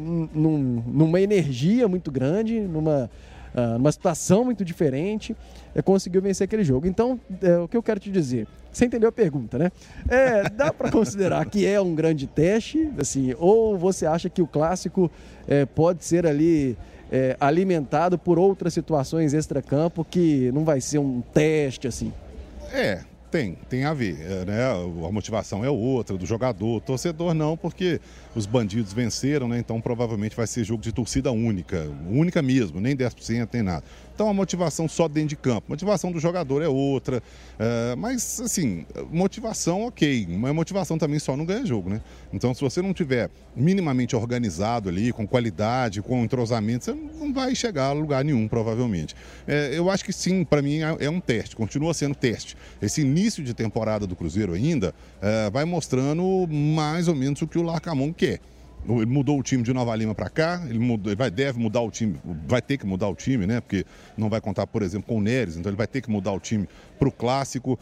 [SPEAKER 1] num, numa energia muito grande, numa, uh, numa situação muito diferente, é, conseguiu vencer aquele jogo. Então, é, o que eu quero te dizer, você entendeu a pergunta, né? É, dá para considerar que é um grande teste, assim, ou você acha que o clássico é, pode ser ali... É, alimentado por outras situações extracampo que não vai ser um teste assim?
[SPEAKER 11] É, tem, tem a ver, é, né? A motivação é outra, do jogador, torcedor não, porque os bandidos venceram, né? Então provavelmente vai ser jogo de torcida única, única mesmo, nem dez por cento, nem nada. Então a motivação só dentro de campo, motivação do jogador é outra, é, mas assim, motivação ok, mas motivação também só não ganha jogo, né? Então se você não tiver minimamente organizado ali, com qualidade, com entrosamento, você não vai chegar a lugar nenhum, provavelmente. É, eu acho que sim, para mim é um teste, continua sendo teste. Esse início de temporada do Cruzeiro ainda é, vai mostrando mais ou menos o que o Larcamón quer. Ele mudou o time de Nova Lima para cá, ele, mudou, ele vai, deve mudar o time, vai ter que mudar o time, né? Porque não vai contar, por exemplo, com o Neres, então ele vai ter que mudar o time para o clássico.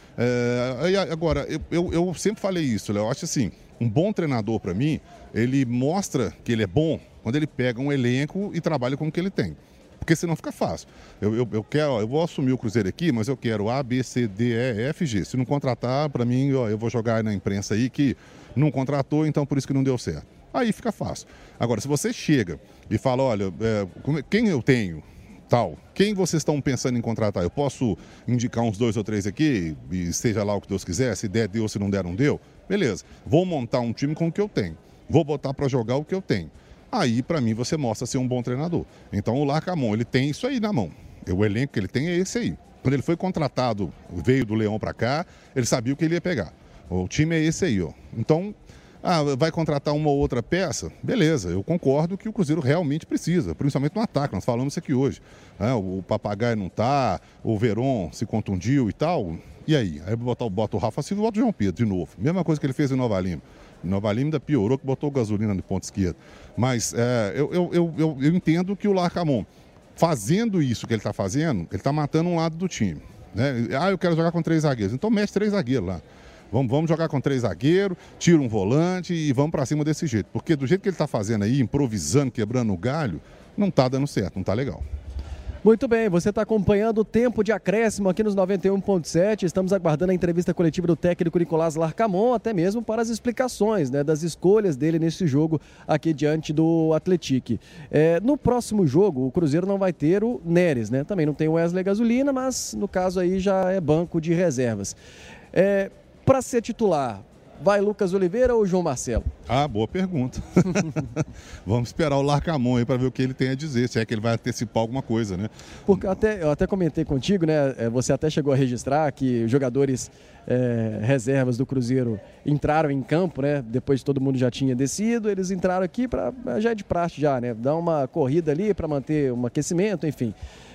[SPEAKER 11] É, agora, eu, eu, eu sempre falei isso, Léo, eu acho assim, um bom treinador para mim, ele mostra que ele é bom quando ele pega um elenco e trabalha com o que ele tem. Porque senão fica fácil. Eu, eu, eu, quero, eu vou assumir o Cruzeiro aqui, mas eu quero A, B, C, D, E, F, G. Se não contratar, para mim, ó, eu vou jogar na imprensa aí que não contratou, então por isso que não deu certo. Aí fica fácil. Agora, se você chega e fala, olha, é, quem eu tenho, tal, quem vocês estão pensando em contratar? Eu posso indicar uns dois ou três aqui, e seja lá o que Deus quiser, se der, deu, se não der, não deu. Beleza, vou montar um time com o que eu tenho. Vou botar para jogar o que eu tenho. Aí, para mim, você mostra ser um bom treinador. Então, o Larcamón, ele tem isso aí na mão. O elenco que ele tem é esse aí. Quando ele foi contratado, veio do Leão para cá, ele sabia o que ele ia pegar. O time é esse aí, ó. Então... Ah, vai contratar uma ou outra peça? Beleza, eu concordo que o Cruzeiro realmente precisa, principalmente no ataque, nós falamos isso aqui hoje. É, o Papagaio não tá, o Veron se contundiu e tal. E aí? Aí bota, bota o Rafa Silva e bota o João Pedro de novo. Mesma coisa que ele fez em Nova Lima. Em Nova Lima ainda piorou que botou gasolina no ponto esquerdo. Mas é, eu, eu, eu, eu, eu entendo que o Larcamón, fazendo isso que ele está fazendo, ele está matando um lado do time. Né? Ah, eu quero jogar com três zagueiros. Então mete três zagueiros lá. Vamos, vamos jogar com três zagueiros, tira um volante e vamos para cima desse jeito. Porque do jeito que ele está fazendo aí, improvisando, quebrando o galho, não está dando certo, não está legal.
[SPEAKER 1] Muito bem, você está acompanhando o tempo de acréscimo aqui nos noventa e um ponto sete. Estamos aguardando a entrevista coletiva do técnico Nicolás Larcamón, até mesmo para as explicações, né, das escolhas dele nesse jogo aqui diante do Atlético. É, no próximo jogo, o Cruzeiro não vai ter o Neres, né? Também não tem o Wesley Gasolina, mas no caso aí já é banco de reservas. É... Para ser titular, vai Lucas Oliveira ou João Marcelo?
[SPEAKER 11] Ah, boa pergunta. Vamos esperar o Larcamón aí para ver o que ele tem a dizer, se é que ele vai antecipar alguma coisa, né?
[SPEAKER 1] Porque eu até, eu até comentei contigo, né? Você até chegou a registrar que os jogadores é, reservas do Cruzeiro entraram em campo, né? Depois que todo mundo já tinha descido, eles entraram aqui para já é de praxe já, né? Dar uma corrida ali para manter um aquecimento, enfim,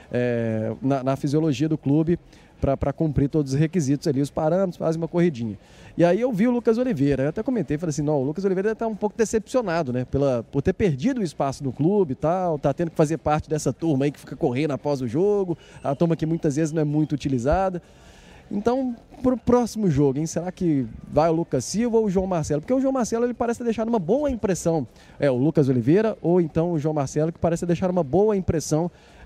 [SPEAKER 1] é, na, na fisiologia do clube. Para cumprir todos os requisitos ali, os parâmetros, faz uma corridinha. E aí eu vi o Lucas Oliveira, eu até comentei, falei assim, não, o Lucas Oliveira está um pouco decepcionado, né, pela, por ter perdido o espaço no clube e tal, tá tendo que fazer parte dessa turma aí que fica correndo após o jogo, a turma que muitas vezes não é muito utilizada. Então, para o próximo jogo, hein, será que vai o Lucas Silva ou o João Marcelo? Porque o João Marcelo ele parece ter deixado uma boa impressão, é o Lucas Oliveira ou então o João Marcelo, que parece ter deixado uma boa impressão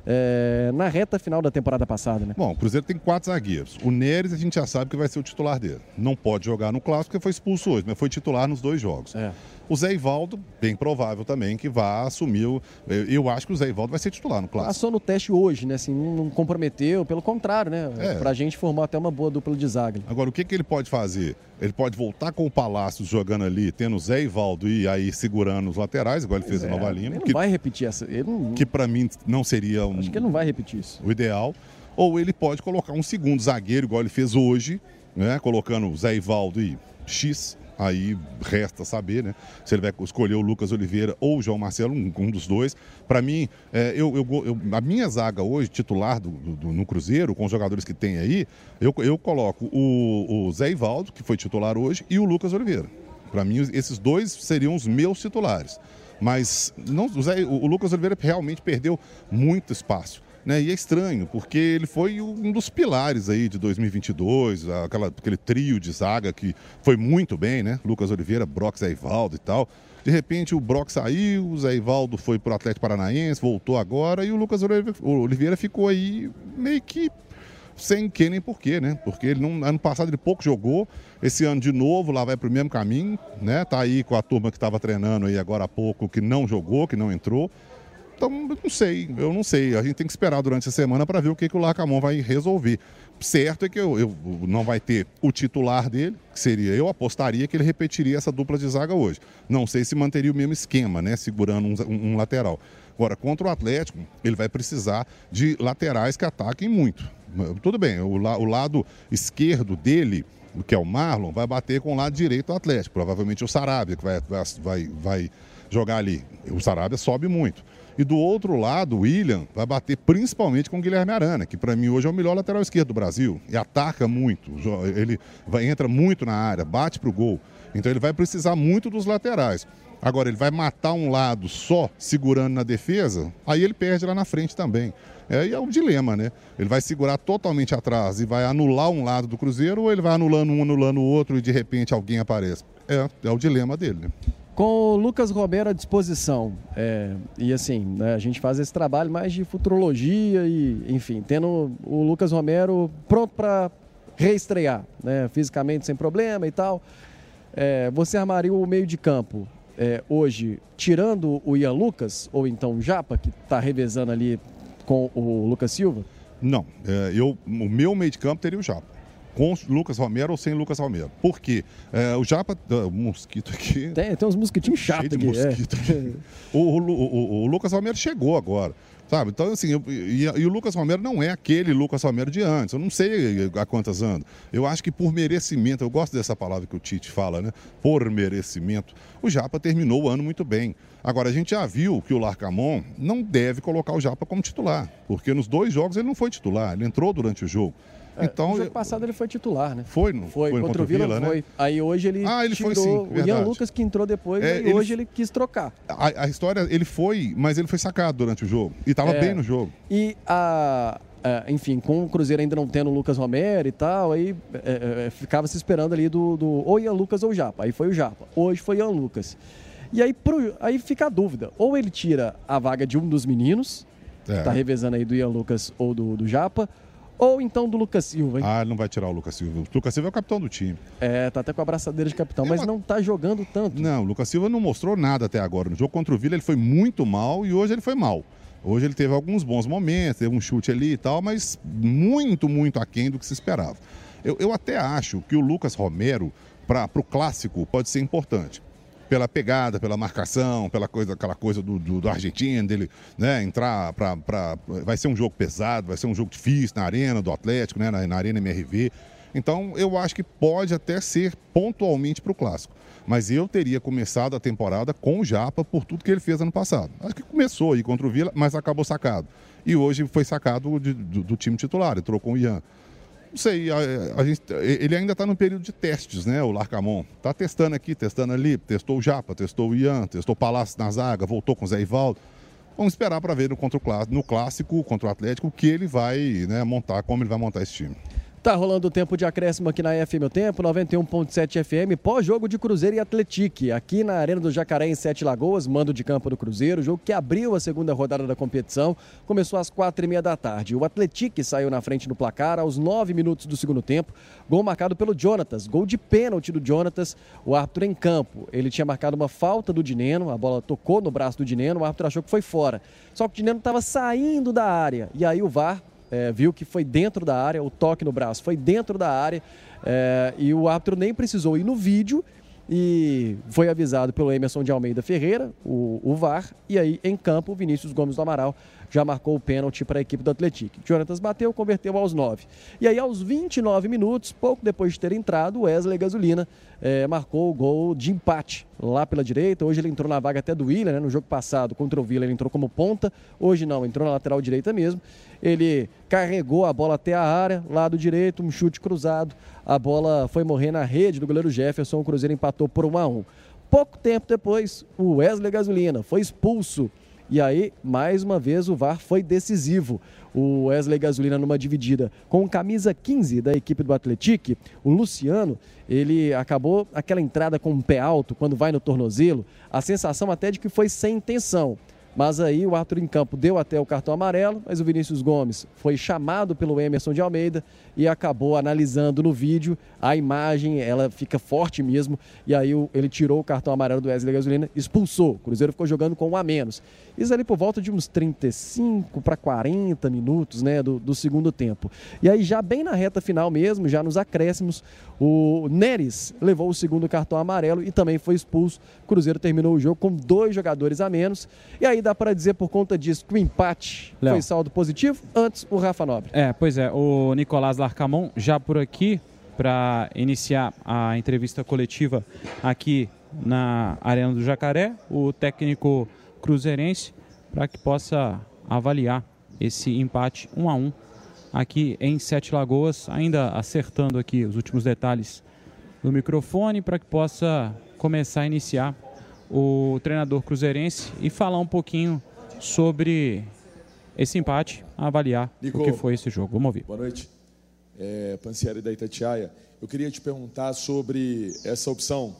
[SPEAKER 1] é, na reta final da temporada passada, né?
[SPEAKER 11] Bom, o Cruzeiro tem quatro zagueiros. O Neres a gente já sabe que vai ser o titular dele. Não pode jogar no Clássico porque foi expulso hoje, mas foi titular nos dois jogos.
[SPEAKER 1] É.
[SPEAKER 11] O Zé Ivaldo, bem provável também que vá assumir. O... Eu acho que o Zé Ivaldo vai ser titular no Clássico.
[SPEAKER 1] Passou no teste hoje, né? Assim, não comprometeu, pelo contrário, né?
[SPEAKER 11] É.
[SPEAKER 1] Pra gente formou até uma boa dupla de zaga.
[SPEAKER 11] Agora, o que, que ele pode fazer? Ele pode voltar com o Palácios jogando ali, tendo o Zé Ivaldo e aí segurando os laterais, igual ele fez
[SPEAKER 1] É,
[SPEAKER 11] em Nova Lima.
[SPEAKER 1] Ele não
[SPEAKER 11] que,
[SPEAKER 1] vai repetir essa. Ele não...
[SPEAKER 11] que para mim não seria um,
[SPEAKER 1] Acho que ele não vai repetir isso.
[SPEAKER 11] o ideal. Ou ele pode colocar um segundo zagueiro, igual ele fez hoje, né? Colocando o Zé Ivaldo e X. Aí resta saber, né? Se ele vai escolher o Lucas Oliveira ou o João Marcelo, um, um dos dois. Para mim, é, eu, eu, eu, a minha zaga hoje, titular do, do, no Cruzeiro, com os jogadores que tem aí, eu, eu coloco o, o Zé Ivaldo, que foi titular hoje, e o Lucas Oliveira. Para mim, esses dois seriam os meus titulares. Mas não, o, Zé, o Lucas Oliveira realmente perdeu muito espaço. Né? E é estranho, porque ele foi um dos pilares aí de dois mil e vinte e dois, aquela, aquele trio de zaga que foi muito bem, né? Lucas Oliveira, Brock, Zé Ivaldo e tal. De repente o Brock saiu, o Zé Ivaldo foi pro Atlético Paranaense, voltou agora, e o Lucas Oliveira ficou aí meio que sem que nem porquê, né? Porque ele não, ano passado ele pouco jogou, esse ano de novo lá vai pro mesmo caminho, né? Tá aí com a turma que estava treinando aí agora há pouco, que não jogou, que não entrou. Então, não sei, eu não sei. A gente tem que esperar durante a semana para ver o que, que o Larcamon vai resolver. Certo é que eu, eu não vai ter o titular dele, que seria, eu apostaria que ele repetiria essa dupla de zaga hoje. Não sei se manteria o mesmo esquema, né? Segurando um, um, um lateral. Agora, contra o Atlético, ele vai precisar de laterais que ataquem muito. Tudo bem, o, la, o lado esquerdo dele, que é o Marlon, vai bater com o lado direito do Atlético. Provavelmente o Sarabia, que vai, vai, vai jogar ali. O Sarabia sobe muito. E do outro lado, o William vai bater principalmente com o Guilherme Arana, que para mim hoje é o melhor lateral esquerdo do Brasil. E ataca muito, ele vai, entra muito na área, bate para o gol. Então ele vai precisar muito dos laterais. Agora, ele vai matar um lado só segurando na defesa, aí ele perde lá na frente também. É, e é um dilema, né? Ele vai segurar totalmente atrás e vai anular um lado do Cruzeiro, ou ele vai anulando um, anulando o outro e de repente alguém aparece. É, é o dilema dele, né?
[SPEAKER 1] Com o Lucas Romero à disposição, é, e assim, né, a gente faz esse trabalho mais de futurologia e, enfim, tendo o Lucas Romero pronto para reestrear, né, fisicamente sem problema e tal, é, você armaria o meio de campo é, hoje, tirando o Ian Lucas, ou então o Japa, que está revezando ali com o Lucas Silva?
[SPEAKER 11] Não, é, eu, o meu meio de campo teria o Japa. Com Lucas Romero ou sem Lucas Romero. Por quê? É, o Japa... O mosquito aqui...
[SPEAKER 1] Tem, tem uns mosquitinhos chatos aqui.
[SPEAKER 11] Mosquito
[SPEAKER 1] é.
[SPEAKER 11] aqui. O, o, o, o Lucas Romero chegou agora. Sabe? Então, assim, eu, e, e o Lucas Romero não é aquele Lucas Romero de antes. Eu não sei há quantas anos. Eu acho que por merecimento, eu gosto dessa palavra que o Tite fala, né? Por merecimento. O Japa terminou o ano muito bem. Agora, a gente já viu que o Larcamon não deve colocar o Japa como titular. Porque nos dois jogos ele não foi titular. Ele entrou durante o jogo.
[SPEAKER 1] É,
[SPEAKER 11] então,
[SPEAKER 1] no jogo passado ele foi titular, né?
[SPEAKER 11] Foi, não
[SPEAKER 1] foi? Foi, contra, contra o Vila,
[SPEAKER 11] Vila,
[SPEAKER 1] foi.
[SPEAKER 11] Né?
[SPEAKER 1] Aí hoje ele
[SPEAKER 11] ah, ele
[SPEAKER 1] tirou
[SPEAKER 11] foi, sim,
[SPEAKER 1] o Ian Lucas, que entrou depois,
[SPEAKER 11] é,
[SPEAKER 1] e
[SPEAKER 11] ele...
[SPEAKER 1] hoje ele quis trocar.
[SPEAKER 11] A, a história, ele foi, mas ele foi sacado durante o jogo. E estava é, bem no jogo.
[SPEAKER 1] E, a, a, enfim, com o Cruzeiro ainda não tendo o Lucas Romero e tal, aí é, é, ficava se esperando ali do, do ou Ian Lucas ou o Japa. Aí foi o Japa. Hoje foi o Ian Lucas. E aí, pro, aí fica a dúvida. Ou ele tira a vaga de um dos meninos, é. que tá revezando aí do Ian Lucas ou do, do Japa, ou então do Lucas Silva, hein?
[SPEAKER 11] Ah, ele não vai tirar o Lucas Silva. O Lucas Silva é o capitão do time.
[SPEAKER 1] É, tá até com a abraçadeira de capitão, é mas uma... não tá jogando tanto.
[SPEAKER 11] Não, o Lucas Silva não mostrou nada até agora. No jogo contra o Vila ele foi muito mal e hoje ele foi mal. Hoje ele teve alguns bons momentos, teve um chute ali e tal, mas muito, muito aquém do que se esperava. Eu, eu até acho que o Lucas Romero, para o clássico, pode ser importante. Pela pegada, pela marcação, pela coisa, aquela coisa do, do, do argentino, dele, né, entrar para... Vai ser um jogo pesado, vai ser um jogo difícil na arena do Atlético, né, na, na arena M R V. Então, eu acho que pode até ser pontualmente para o Clássico. Mas eu teria começado a temporada com o Japa por tudo que ele fez ano passado. Acho que começou aí contra o Vila, mas acabou sacado. E hoje foi sacado de, do, do time titular, ele trocou o Ian. Não sei, a, a gente, ele ainda está no período de testes, né, o Larcamon. Está testando aqui, testando ali, testou o Japa, testou o Ian, testou o Palácio na zaga, voltou com o Zé Ivaldo. Vamos esperar para ver no, contra o, no clássico, contra o Atlético, o que ele vai, né, montar, como ele vai montar esse time.
[SPEAKER 1] Tá rolando o tempo de acréscimo aqui na F M O Tempo, noventa e um ponto sete F M, pós-jogo de Cruzeiro e Atlético, aqui na Arena do Jacaré, em Sete Lagoas, mando de campo do Cruzeiro, jogo que abriu a segunda rodada da competição, começou às quatro e meia da tarde. O Atlético saiu na frente no placar aos nove minutos do segundo tempo, gol marcado pelo Jonatas, gol de pênalti do Jonatas, o árbitro em campo. Ele tinha marcado uma falta do Dineno, a bola tocou no braço do Dineno, o árbitro achou que foi fora. Só que o Dineno estava saindo da área, e aí o V A R É, viu que foi dentro da área, o toque no braço foi dentro da área é, e o árbitro nem precisou ir no vídeo e foi avisado pelo Emerson de Almeida Ferreira, o, o V A R, e aí em campo o Vinícius Gomes do Amaral já marcou o pênalti para a equipe do Atlético. Jonatas bateu, converteu aos nove. E aí aos vinte e nove minutos, pouco depois de ter entrado, o Wesley Gasolina é, marcou o gol de empate lá pela direita. Hoje ele entrou na vaga até do Willian, né? No jogo passado contra o Vila ele entrou como ponta, hoje não, entrou na lateral direita mesmo. Ele carregou a bola até a área, lado direito, um chute cruzado, a bola foi morrer na rede do goleiro Jefferson, o Cruzeiro empatou por um a um. Pouco tempo depois, o Wesley Gasolina foi expulso. E aí, mais uma vez, o V A R foi decisivo. O Wesley Gasolina numa dividida com camisa quinze da equipe do Atlético, o Luciano, ele acabou aquela entrada com o pé alto, quando vai no tornozelo, a sensação até de que foi sem intenção. Mas aí o árbitro em campo deu até o cartão amarelo, mas o Vinícius Gomes foi chamado pelo Emerson de Almeida e acabou analisando no vídeo a imagem, ela fica forte mesmo, e aí ele tirou o cartão amarelo do Wesley Gasolina, expulsou. O Cruzeiro ficou jogando com um a menos. Isso ali por volta de uns trinta e cinco para quarenta minutos, né, do, do segundo tempo. E aí já bem na reta final mesmo, já nos acréscimos, o Neres levou o segundo cartão amarelo e também foi expulso. O Cruzeiro terminou o jogo com dois jogadores a menos. E aí dá para dizer por conta disso que o empate Léo. Foi saldo positivo. Antes, o Rafa Nobre.
[SPEAKER 2] É, pois é, o Nicolás Larcamon já por aqui para iniciar a entrevista coletiva aqui na Arena do Jacaré, o técnico cruzeirense, para que possa avaliar esse empate um a um aqui em Sete Lagoas, ainda acertando aqui os últimos detalhes do microfone para que possa começar a iniciar o treinador cruzeirense e falar um pouquinho sobre esse empate, avaliar Nico, o que foi esse jogo. Vamos ouvir.
[SPEAKER 13] Boa noite. É, Pansieri da Itatiaia. Eu queria te perguntar sobre essa opção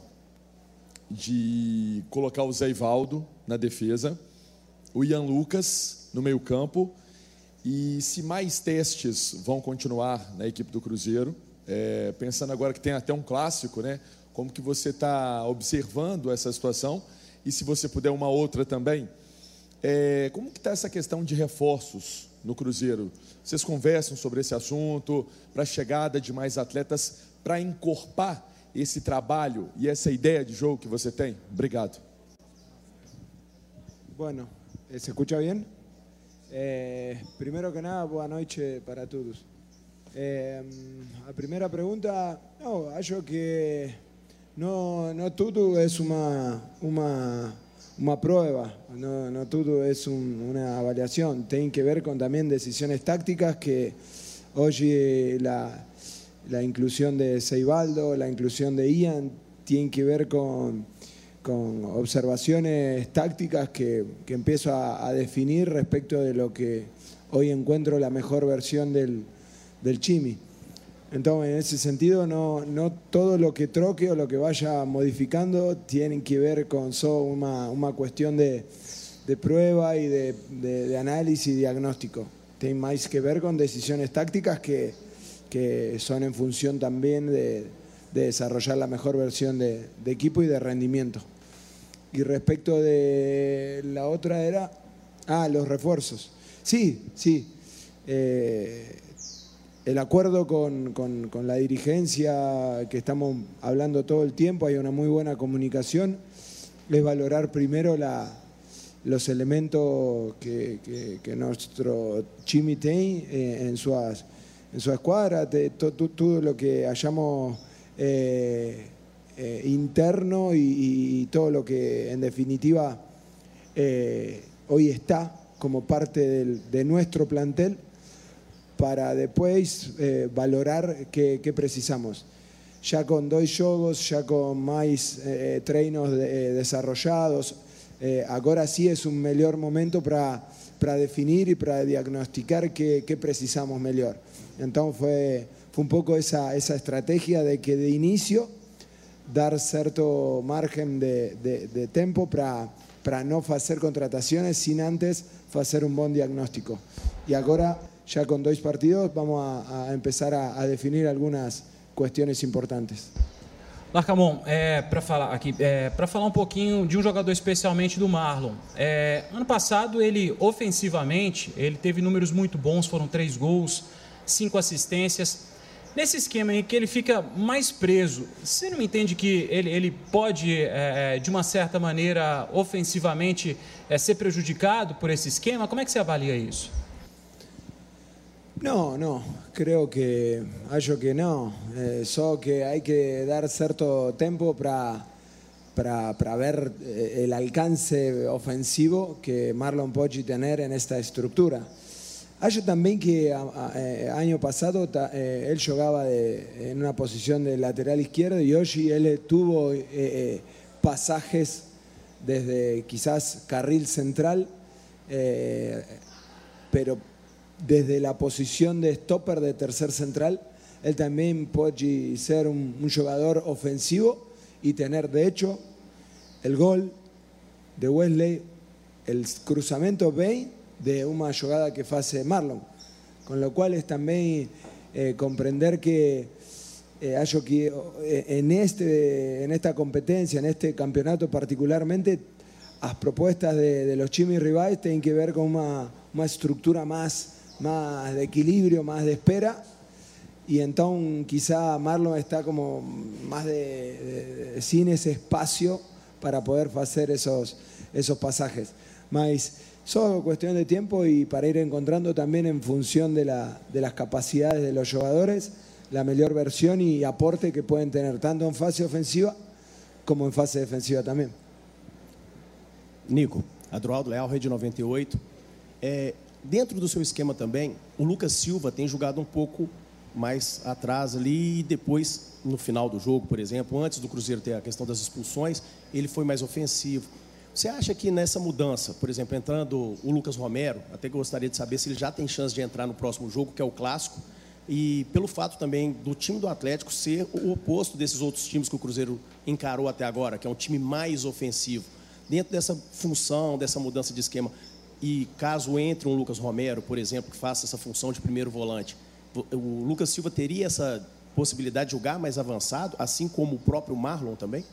[SPEAKER 13] de colocar o Zé Ivaldo na defesa, o Ian Lucas no meio campo, e se mais testes vão continuar na equipe do Cruzeiro, é, pensando agora que tem até um clássico, né? Como que você está observando essa situação, e se você puder uma outra também, é, como que está essa questão de reforços no Cruzeiro? Vocês conversam sobre esse assunto, para a chegada de mais atletas, para encorpar esse trabalho e essa ideia de jogo que você tem? Obrigado.
[SPEAKER 14] Bueno, ¿se escucha bien? Eh, primero que nada, boa noite para todos. Eh, a primeira pergunta, no, acho que no, no todo es una, una, una prueba, no, no todo es un, una avaliación, tiene que ver con también decisiones tácticas que hoy la, la inclusión de Seibaldo, la inclusión de Ian, tiene que ver con, con observaciones tácticas que, que empiezo a, a definir respecto de lo que hoy encuentro la mejor versión del, del Chimi. Entonces, en ese sentido, no, no todo lo que troque o lo que vaya modificando tiene que ver con solo una, una cuestión de, de prueba y de, de, de análisis y diagnóstico. Tiene más que ver con decisiones tácticas que, que son en función también de, de desarrollar la mejor versión de, de equipo y de rendimiento. Y respecto de la otra era, ah, los refuerzos. Sí, sí. Eh, El acuerdo con, con, con la dirigencia, que estamos hablando todo el tiempo, hay una muy buena comunicación, es valorar primero la, los elementos que, que, que nuestro Chimi tiene eh, en, su, en su escuadra, te, to, to, todo lo que hayamos eh, eh, interno y, y todo lo que en definitiva eh, hoy está como parte del, de nuestro plantel, para después eh, valorar qué, qué precisamos. Ya con dos jogos, ya con más eh, treinos de, eh, desarrollados, eh, ahora sí es un mejor momento para, para definir y para diagnosticar qué, qué precisamos mejor. Entonces fue, fue un poco esa, esa estrategia de que de inicio dar cierto margen de, de, de tempo para para no hacer contrataciones sin antes hacer un buen diagnóstico. Y ahora, ya con dos partidos, vamos a, a empezar a, a definir algunas cuestiones importantes.
[SPEAKER 9] Larcamon, é, para falar aqui, é, para falar um pouquinho de um jogador especialmente do Marlon. É, ano passado ele ofensivamente ele teve números muito bons, foram três gols, cinco assistências. Nesse esquema em que ele fica mais preso, você não entende que ele, ele pode, é, de uma certa maneira, ofensivamente, é, ser prejudicado por esse esquema? Como é que você avalia isso?
[SPEAKER 14] No, no, creo que, acho que no, eh, só que hay que dar cierto tiempo para, para, para ver el alcance ofensivo que Marlon puede tener en esta estructura. Acho también que a, a, año pasado ta, eh, él jugaba de, en una posición de lateral izquierdo y hoy él tuvo eh, eh, pasajes desde quizás carril central, eh, pero desde la posición de stopper de tercer central, él también puede ser un, un jugador ofensivo y tener de hecho el gol de Wesley, el cruzamiento veinte de una jugada que hace Marlon, con lo cual es también eh, comprender que, eh, hallo que eh, en, este, en esta competencia, en este campeonato particularmente, las propuestas de, de los chimis rivales tienen que ver con una, una estructura más, más de equilibrio, más de espera, y entonces quizá Marlon está como más de, de, de sin ese espacio para poder hacer esos, esos pasajes. Mas, solo cuestión de tiempo y para ir encontrando también en función de, la, de las capacidades de los jugadores la mejor versión y aporte que pueden tener tanto en fase ofensiva como en fase defensiva también.
[SPEAKER 15] Nico, Adroaldo Leal, Rede noventa e oito. É, dentro do seu esquema também, o Lucas Silva tem jogado um pouco mais atrás ali e depois, no final do jogo, por exemplo, antes do Cruzeiro ter a questão das expulsões, ele foi mais ofensivo. Você acha que nessa mudança, por exemplo, entrando o Lucas Romero, até gostaria de saber se ele já tem chance de entrar no próximo jogo, que é o Clássico, e pelo fato também do time do Atlético ser o oposto desses outros times que o Cruzeiro encarou até agora, que é um time mais ofensivo. Dentro dessa função, dessa mudança de esquema, e caso entre um Lucas Romero, por exemplo, que faça essa função de primeiro volante, o Lucas Silva teria essa possibilidade de jogar mais avançado, assim como o próprio Marlon também?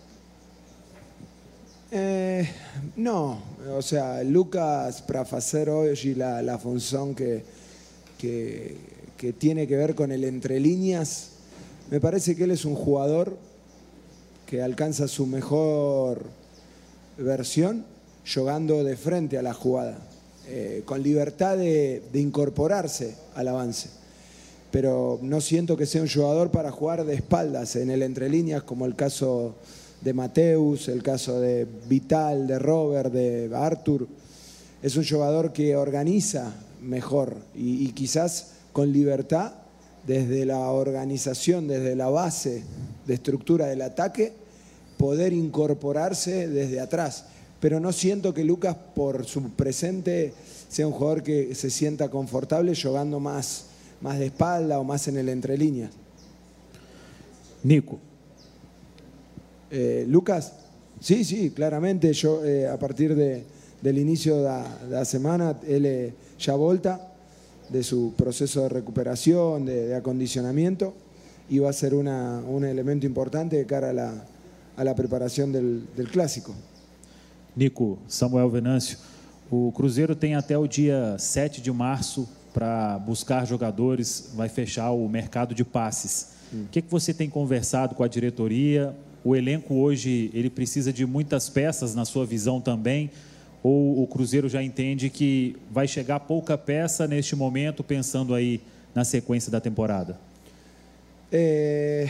[SPEAKER 14] Eh, no, o sea, Lucas para hacer hoy la, la función que, que, que tiene que ver con el entre líneas, me parece que él es un jugador que alcanza su mejor versión jugando de frente a la jugada, eh, con libertad de, de incorporarse al avance. Pero no siento que sea un jugador para jugar de espaldas en el entre líneas, como el caso de Mateus, el caso de Vital, de Robert, de Arthur. Es un jugador que organiza mejor y, y quizás con libertad desde la organización, desde la base de estructura del ataque, poder incorporarse desde atrás. Pero no siento que Lucas, por su presente, sea un jugador que se sienta confortable jugando más, más de espalda o más en el entre líneas.
[SPEAKER 10] Nico.
[SPEAKER 14] Eh, Lucas, sí, sí, claramente yo eh, a partir de, del inicio de la, de la semana, él eh, ya volta de su proceso de recuperación, de, de acondicionamiento, y va a ser una, un elemento importante de cara a la, a la preparación del, del Clásico.
[SPEAKER 10] Nico, Samuel Venâncio, o Cruzeiro tem até o dia sete de março para buscar jogadores, vai fechar o mercado de passes. Hum. O que, que você tem conversado com a diretoria? O elenco hoje, ele precisa de muitas peças, na sua visão também? Ou o Cruzeiro já entende que vai chegar pouca peça neste momento, pensando aí na sequência da temporada?
[SPEAKER 14] Eh,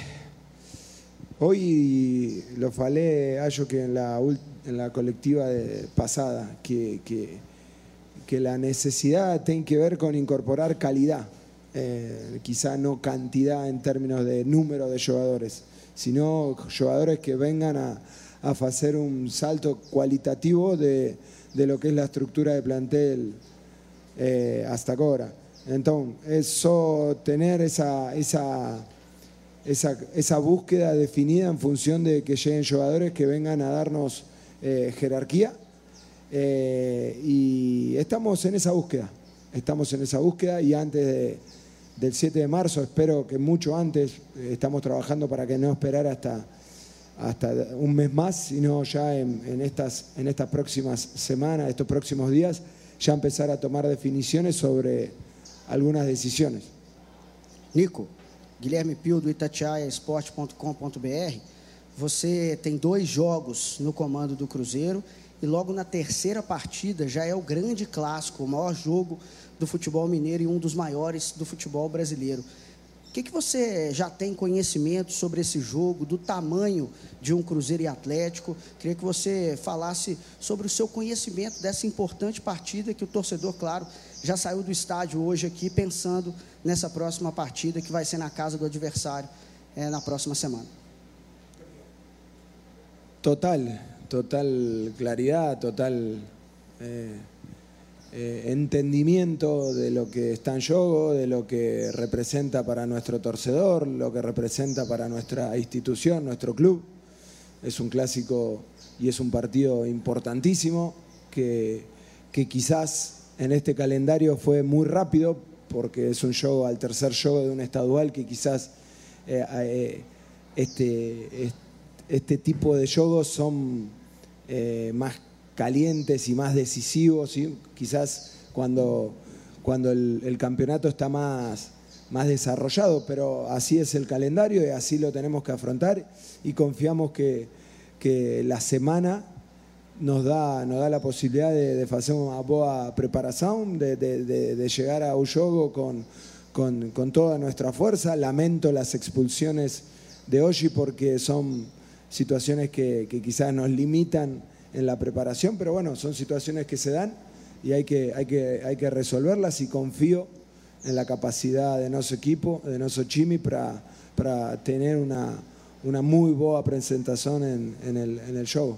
[SPEAKER 14] hoy lo falé, acho que en la, en la colectiva de, pasada, que, que, que la necesidad tiene que ver con incorporar calidad, eh, quizá no cantidad en términos de número de jugadores, sino jugadores que vengan a, a hacer un salto cualitativo de, de lo que es la estructura de plantel eh, hasta ahora. Entonces, es só tener esa, esa, esa, esa búsqueda definida en función de que lleguen jugadores que vengan a darnos eh, jerarquía. Eh, y estamos en esa búsqueda, estamos en esa búsqueda y antes de, del siete de marzo, espero que mucho antes, eh, estamos trabajando para que no esperar hasta, hasta un mes más, sino ya en, en, estas, en estas próximas semanas, estos próximos días, ya empezar a tomar definiciones sobre algumas decisões.
[SPEAKER 5] Nico, Guilherme Pio do Itatiaia Esporte ponto com ponto br, você tem dois jogos no comando do Cruzeiro e logo na terceira partida já é o grande clássico, o maior jogo do futebol mineiro e um dos maiores do futebol brasileiro. O que, que você já tem conhecimento sobre esse jogo, do tamanho de um Cruzeiro e Atlético? Queria que você falasse sobre o seu conhecimento dessa importante partida que o torcedor, claro, já saiu do estádio hoje aqui pensando nessa próxima partida que vai ser na casa do adversário é, na próxima semana.
[SPEAKER 14] Total, total claridad, total eh, eh, entendimiento de lo que está en juego, de lo que representa para nuestro torcedor, lo que representa para nuestra institución, nuestro club. Es un clásico y es un partido importantísimo que, que quizás en este calendario fue muy rápido porque es un juego al tercer juego de un estadual que quizás eh, eh, este, este tipo de juegos son eh, más calientes y más decisivos, ¿sí? Quizás cuando, cuando el, el campeonato está más, más desarrollado, pero así es el calendario y así lo tenemos que afrontar y confiamos que, que la semana nos da, nos da la posibilidad de, de hacer una buena preparación, de, de, de, de llegar a un juego con, con, con toda nuestra fuerza. Lamento las expulsiones de hoy porque son situaciones que, que quizás nos limitan en la preparación, pero bueno, son situaciones que se dan y hay que, hay que, hay que resolverlas y confío en la capacidad de nuestro equipo, de nuestro Chimi, para, para tener una, una muy buena presentación en, en, el, en el show.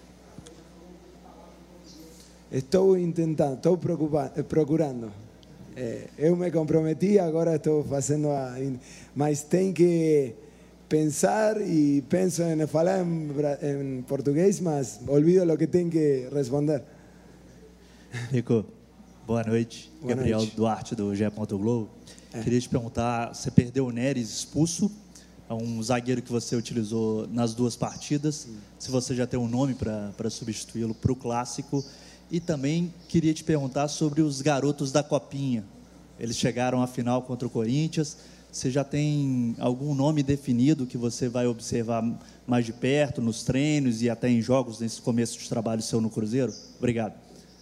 [SPEAKER 14] Estou intentando, estou procurando. É, eu me comprometi, agora estou fazendo a... Mas tem que pensar e penso em falar em, em português, mas olvido o que tenho que responder.
[SPEAKER 16] Nico, boa noite.
[SPEAKER 14] Boa
[SPEAKER 16] Gabriel
[SPEAKER 14] noite.
[SPEAKER 16] Duarte, do G E. Globo.
[SPEAKER 14] É.
[SPEAKER 16] Queria te perguntar, você perdeu o Neres expulso, é um zagueiro que você utilizou nas duas partidas, hum. se você já tem um nome para substituí-lo para o Clássico. E também queria te perguntar sobre os garotos da Copinha. Eles chegaram à final contra o Corinthians. Você já tem algum nome definido que você vai observar mais de perto, nos treinos e até em jogos, nesse começo de trabalho seu no Cruzeiro? Obrigado.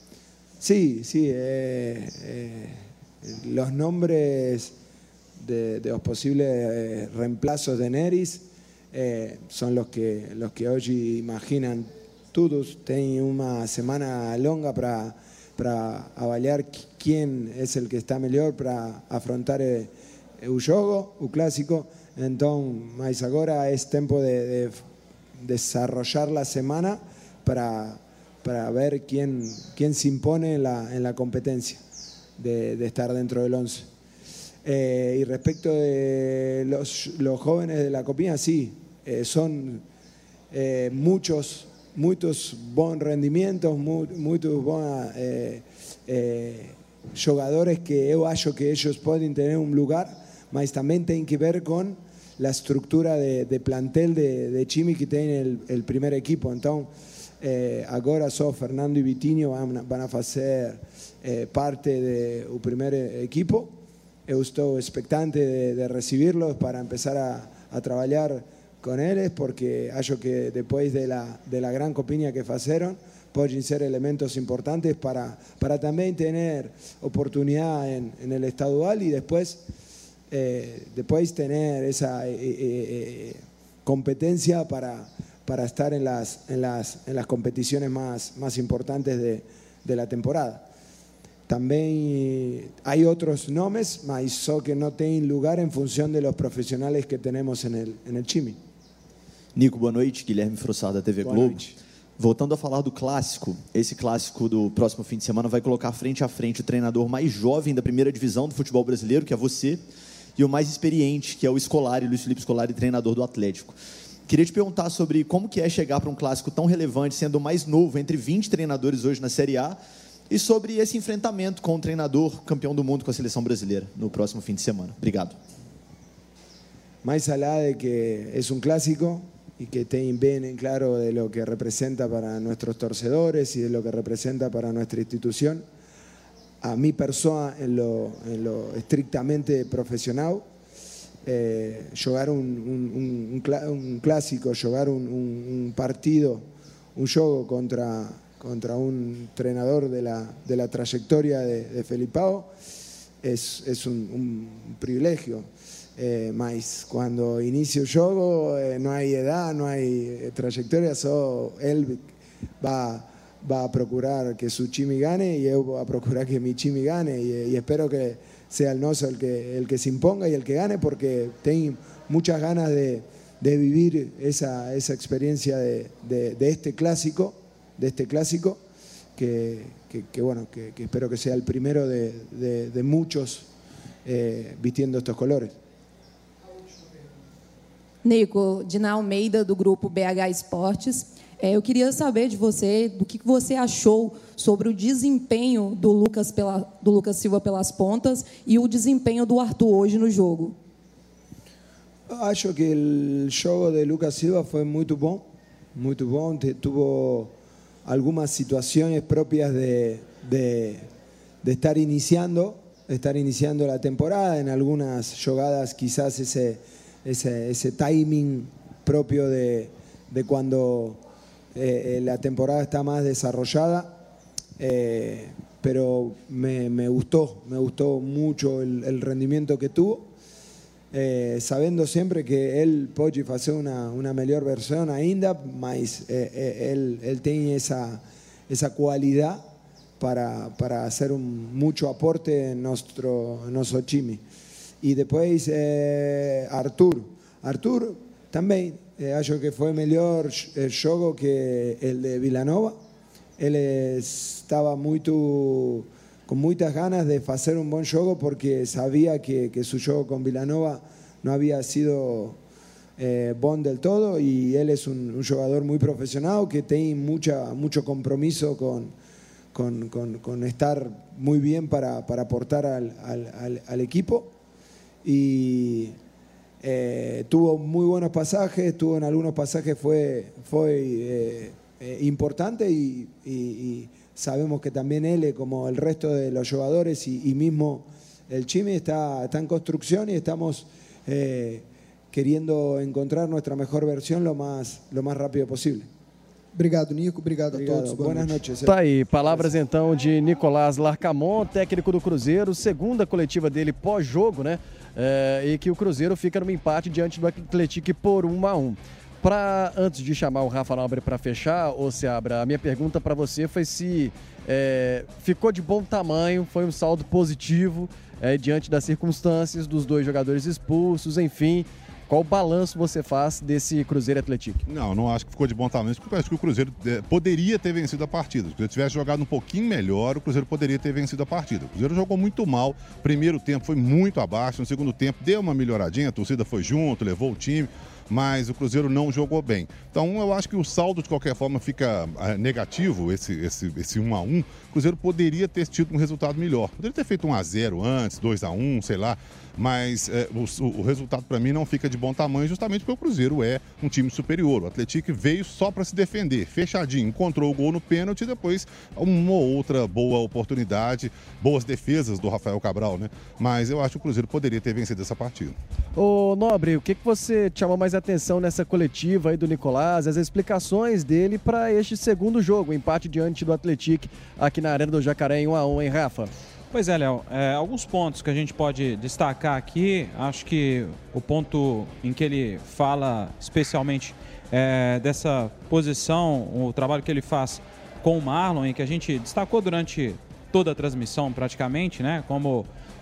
[SPEAKER 14] Sí, sí. Eh, eh, los nombres de, de los posibles eh, reemplazos de Neris eh, son los que, los que hoy imaginan. Todos tienen una semana longa para, para avaliar quién es el que está mejor para afrontar el, el juego, el clásico. Entonces, más ahora es tiempo de, de desarrollar la semana para, para ver quién, quién se impone en la, en la competencia de, de estar dentro del once. Eh, y respecto de los, los jóvenes de la Copinha, sí, eh, son eh, muchos... muitos bons rendimentos, muitos bons eh, eh, jogadores que eu acho que eles podem ter um lugar, mas também tem que ver com a estrutura de, de plantel de, de Chimi que tem o primeiro equipo. Então, eh, agora só Fernando e Vitinho vão, vão fazer eh, parte do primeiro equipo. Eu estou expectante de, de recebê-los para começar a, a trabalhar con ellos, porque acho que después de la, de la gran Copinha que hicieron, pueden ser elementos importantes para, para también tener oportunidad en, en el estadual y después, eh, después tener esa eh, eh, competencia para, para estar en las, en, las, en las competiciones más, más importantes de, de la temporada. También hay otros nombres, mas só que no tienen lugar en función de los profesionales que tenemos en el, en el Chimi.
[SPEAKER 17] Nico, boa noite. Guilherme Frossard, da T V
[SPEAKER 14] Boa
[SPEAKER 17] Globo.
[SPEAKER 14] noite.
[SPEAKER 17] Voltando a falar do clássico, esse clássico do próximo fim de semana vai colocar frente a frente o treinador mais jovem da primeira divisão do futebol brasileiro, que é você, e o mais experiente, que é o Scolari, Luiz Felipe Scolari, treinador do Atlético. Queria te perguntar sobre como que é chegar para um clássico tão relevante, sendo o mais novo entre vinte treinadores hoje na Série A, e sobre esse enfrentamento com o treinador campeão do mundo com a seleção brasileira no próximo fim de semana. Obrigado.
[SPEAKER 14] Más allá de que es un clásico y que estén bien en claro de lo que representa para nuestros torcedores y de lo que representa para nuestra institución, a mi persona en lo, en lo estrictamente profesional, eh, jugar un, un, un, un clásico, jugar un, un, un partido, un juego contra, contra un entrenador de la, de la trayectoria de, de Felipao es, es un, un privilegio. Eh, mas cuando inicio el juego eh, no hay edad, no hay trayectoria, solo él va, va a procurar que su chimi gane y yo voy a procurar que mi chimi gane y, y espero que sea el Noso el que, el que se imponga y el que gane porque tengo muchas ganas de, de vivir esa, esa experiencia de, de, de este clásico, de este clásico que, que, que bueno, que, que espero que sea el primero de, de, de muchos eh, vistiendo estos colores.
[SPEAKER 18] Nico, Dina Almeida, do grupo B H Esportes. É, eu queria saber de você, do que você achou sobre o desempenho do Lucas, pela, do Lucas Silva pelas pontas e o desempenho do Arthur hoje no jogo.
[SPEAKER 14] Acho que o jogo de Lucas Silva foi muito bom, muito bom. Tuvo algumas situações próprias de, de, de estar iniciando, de estar iniciando a temporada. Em algumas jogadas, quizás esse Ese, ese timing propio de, de cuando eh, la temporada está más desarrollada, eh, pero me, me gustó, me gustó mucho el, el rendimiento que tuvo, eh, sabiendo siempre que él puede hacer una, una mejor versión ainda, mas eh, eh, él, él tiene esa, esa cualidad para, para hacer un, mucho aporte en nuestro, en nuestro chimi. Y después eh, Arthur. Arthur también, eh, acho que fue mejor el juego que el de Villanova. Él estaba muy tu, con muchas ganas de hacer un buen juego porque sabía que, que su juego con Villanova no había sido eh, bon del todo y él es un, un jugador muy profesional que tiene mucha, mucho compromiso con, con, con, con estar muy bien para, para aportar al, al, al, al equipo. Y eh, tuvo muy buenos pasajes, tuvo en algunos pasajes fue, fue eh, eh, importante y, y, y sabemos que también él, como el resto de los jugadores y, y mismo el Chimi, está, está en construcción y estamos eh, queriendo encontrar nuestra mejor versión lo más, lo más rápido posible.
[SPEAKER 19] Obrigado, Nico. Obrigado,
[SPEAKER 14] Obrigado.
[SPEAKER 19] a todos.
[SPEAKER 14] Boa Buenas noite.
[SPEAKER 1] Tá aí, palavras então de Nicolás Larcamon, técnico do Cruzeiro, segunda coletiva dele pós-jogo, né? É, e que o Cruzeiro fica no empate diante do Atlético por um a um. Pra, antes de chamar o Rafa Nobre para fechar, ô Seabra, a minha pergunta para você foi se é, ficou de bom tamanho, foi um saldo positivo é, diante das circunstâncias dos dois jogadores expulsos, enfim. Qual balanço você faz desse Cruzeiro Atlético?
[SPEAKER 11] Não, não acho que ficou de bom tamanho, porque eu acho que o Cruzeiro poderia ter vencido a partida. Se o Cruzeiro tivesse jogado um pouquinho melhor, o Cruzeiro poderia ter vencido a partida. O Cruzeiro jogou muito mal, primeiro tempo foi muito abaixo, no segundo tempo deu uma melhoradinha, a torcida foi junto, levou o time, mas o Cruzeiro não jogou bem. Então eu acho que o saldo de qualquer forma fica negativo, esse, esse, esse um a um. O Cruzeiro poderia ter tido um resultado melhor. Poderia ter feito um a zero antes, dois a um, sei lá. Mas é, o, o resultado para mim não fica de bom tamanho justamente porque o Cruzeiro é um time superior. O Atlético veio só para se defender, fechadinho, encontrou o gol no pênalti e depois uma ou outra boa oportunidade, boas defesas do Rafael Cabral, né? Mas eu acho que o Cruzeiro poderia ter vencido essa partida.
[SPEAKER 1] Ô Nobre, o que, que você chamou mais atenção nessa coletiva aí do Nicolás, as explicações dele para este segundo jogo, o empate diante do Atlético aqui na Arena do Jacaré em um a um, hein, Rafa?
[SPEAKER 2] Pois é, Léo, é, alguns pontos que a gente pode destacar aqui, acho que o ponto em que ele fala especialmente é, dessa posição, o trabalho que ele faz com o Marlon, e que a gente destacou durante toda a transmissão praticamente, né, como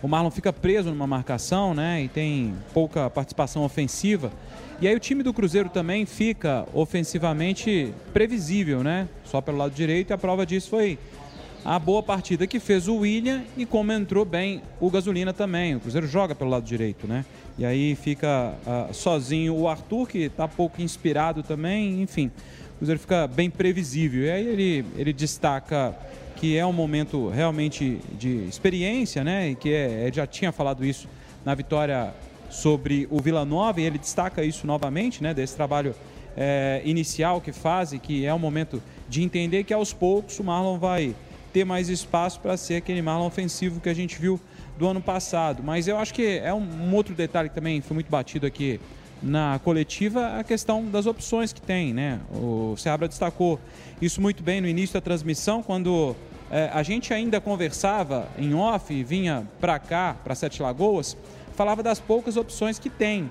[SPEAKER 2] o Marlon fica preso numa marcação, né? E tem pouca participação ofensiva. E aí o time do Cruzeiro também fica ofensivamente previsível, né? Só pelo lado direito, e a prova disso foi a boa partida que fez o William e como entrou bem o Gasolina também. O Cruzeiro joga pelo lado direito, né? E aí fica uh, sozinho o Arthur, que está pouco inspirado também, enfim. O Cruzeiro fica bem previsível. E aí ele, ele destaca que é um momento realmente de experiência, né? E que é, ele já tinha falado isso na vitória sobre o Vila Nova, e ele destaca isso novamente, né? Desse trabalho é, inicial que faz, e que é um momento de entender que aos poucos o Marlon vai ter mais espaço para ser aquele Marlon ofensivo que a gente viu do ano passado. Mas eu acho que é um, um outro detalhe que também foi muito batido aqui na coletiva, a questão das opções que tem, né? O Seabra destacou isso muito bem no início da transmissão, quando é, a gente ainda conversava em off e vinha para cá, para Sete Lagoas, falava das poucas opções que tem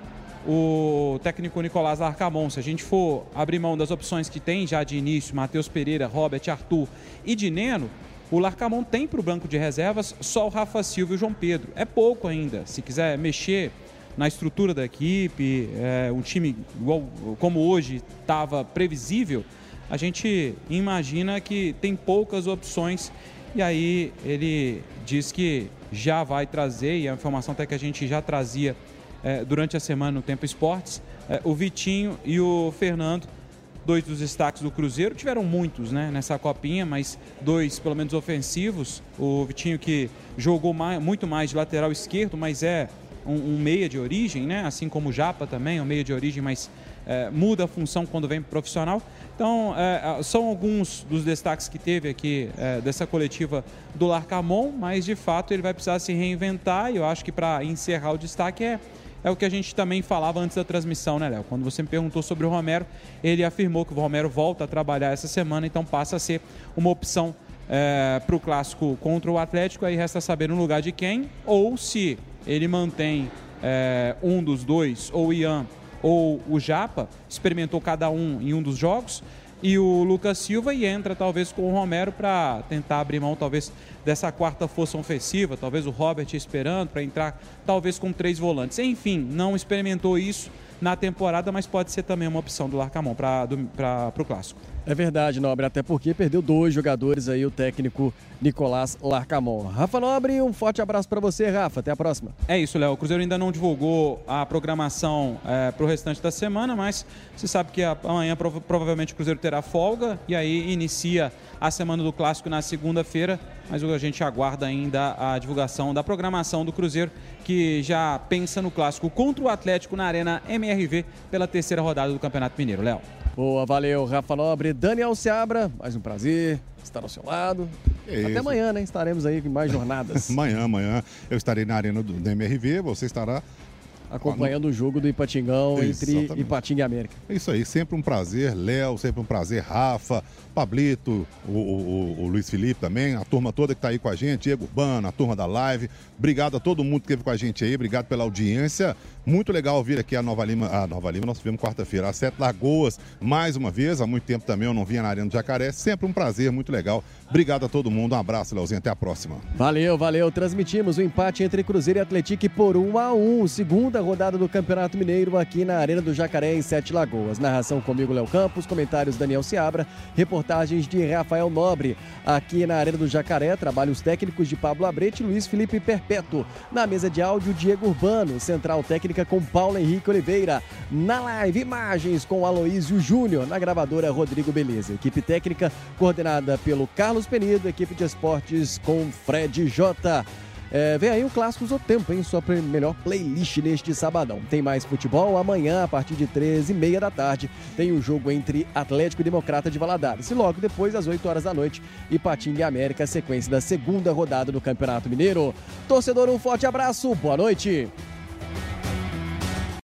[SPEAKER 2] o técnico Nicolás Larcamon. Se a gente for abrir mão das opções que tem já de início, Matheus Pereira, Robert, Arthur e Dineno, o Larcamon tem para o banco de reservas só o Rafa Silva e o João Pedro. É pouco ainda. Se quiser mexer na estrutura da equipe, é, um time igual como hoje estava previsível, a gente imagina que tem poucas opções. E aí ele diz que já vai trazer, e a informação até que a gente já trazia é, durante a semana no Tempo Esportes, é, o Vitinho e o Fernando, dois dos destaques do Cruzeiro. Tiveram muitos, né, nessa copinha, mas dois pelo menos ofensivos. O Vitinho, que jogou mais, muito mais de lateral esquerdo, mas é um, um meia de origem, né, assim como o Japa também, é um meia de origem, mas é, muda a função quando vem pro profissional. Então, é, são alguns dos destaques que teve aqui é, dessa coletiva do Larcamon, mas de fato ele vai precisar se reinventar, e eu acho que para encerrar o destaque é, é o que a gente também falava antes da transmissão, né, Léo? Quando você me perguntou sobre o Romero, ele afirmou que o Romero volta a trabalhar essa semana, então passa a ser uma opção é, para o clássico contra o Atlético. Aí resta saber no lugar de quem, ou se ele mantém é, um dos dois, ou o Ian ou o Japa, experimentou cada um em um dos jogos, e o Lucas Silva, e entra talvez com o Romero para tentar abrir mão talvez dessa quarta força ofensiva, talvez o Robert esperando para entrar talvez com três volantes. Enfim, não experimentou isso na temporada, mas pode ser também uma opção do Larcamon para o Clássico.
[SPEAKER 1] É verdade, Nobre, até porque perdeu dois jogadores aí, o técnico Nicolás Larcamon. Rafa Nobre, um forte abraço para você, Rafa. Até a próxima.
[SPEAKER 2] É isso, Léo. O Cruzeiro ainda não divulgou a programação é, para o restante da semana, mas você sabe que amanhã prov provavelmente o Cruzeiro terá folga, e aí inicia a semana do Clássico na segunda-feira, mas a gente aguarda ainda a divulgação da programação do Cruzeiro, que já pensa no Clássico contra o Atlético na Arena M R V pela terceira rodada do Campeonato Mineiro. Léo.
[SPEAKER 1] Boa, valeu, Rafa Nobre. Daniel Seabra, mais um prazer estar ao seu lado. É Até isso. Amanhã, né? Estaremos aí com mais jornadas.
[SPEAKER 11] amanhã, amanhã eu estarei na Arena do, do M R V, você estará
[SPEAKER 1] acompanhando o jogo do Ipatingão entre Ipatinga e América.
[SPEAKER 11] É isso aí, sempre um prazer, Léo, sempre um prazer, Rafa, Pablito, o, o, o Luiz Felipe também, a turma toda que está aí com a gente, Diego Urbano, a turma da live. Obrigado a todo mundo que esteve com a gente aí, obrigado pela audiência. Muito legal vir aqui a Nova Lima, a Nova Lima nós tivemos quarta-feira, a Sete Lagoas, mais uma vez, há muito tempo também eu não vinha na Arena do Jacaré, sempre um prazer, muito legal. Obrigado a todo mundo, um abraço, Leozinho, até a próxima.
[SPEAKER 1] Valeu, valeu, transmitimos o empate entre Cruzeiro e Atlético por um a um, segunda rodada do Campeonato Mineiro aqui na Arena do Jacaré, em Sete Lagoas. Narração comigo, Léo Campos, comentários Daniel Seabra, reportagens de Rafael Nobre. Aqui na Arena do Jacaré, trabalhos técnicos de Pablo Abrete e Luiz Felipe Perpétuo. Na mesa de áudio, Diego Urbano, central técnica com Paulo Henrique Oliveira. Na live, imagens com Aloísio Júnior, na gravadora Rodrigo Beleza. Equipe técnica coordenada pelo Carlos Penido, equipe de esportes com Fred J. É, vem aí o Clássicos o Tempo, hein? Sua melhor playlist neste sabadão. Tem mais futebol amanhã, a partir de treze e meia da tarde. Tem o jogo entre Atlético e Democrata de Valadares. E logo depois, às oito horas da noite, Ipatinga e América, sequência da segunda rodada do Campeonato Mineiro. Torcedor, um forte abraço, boa noite.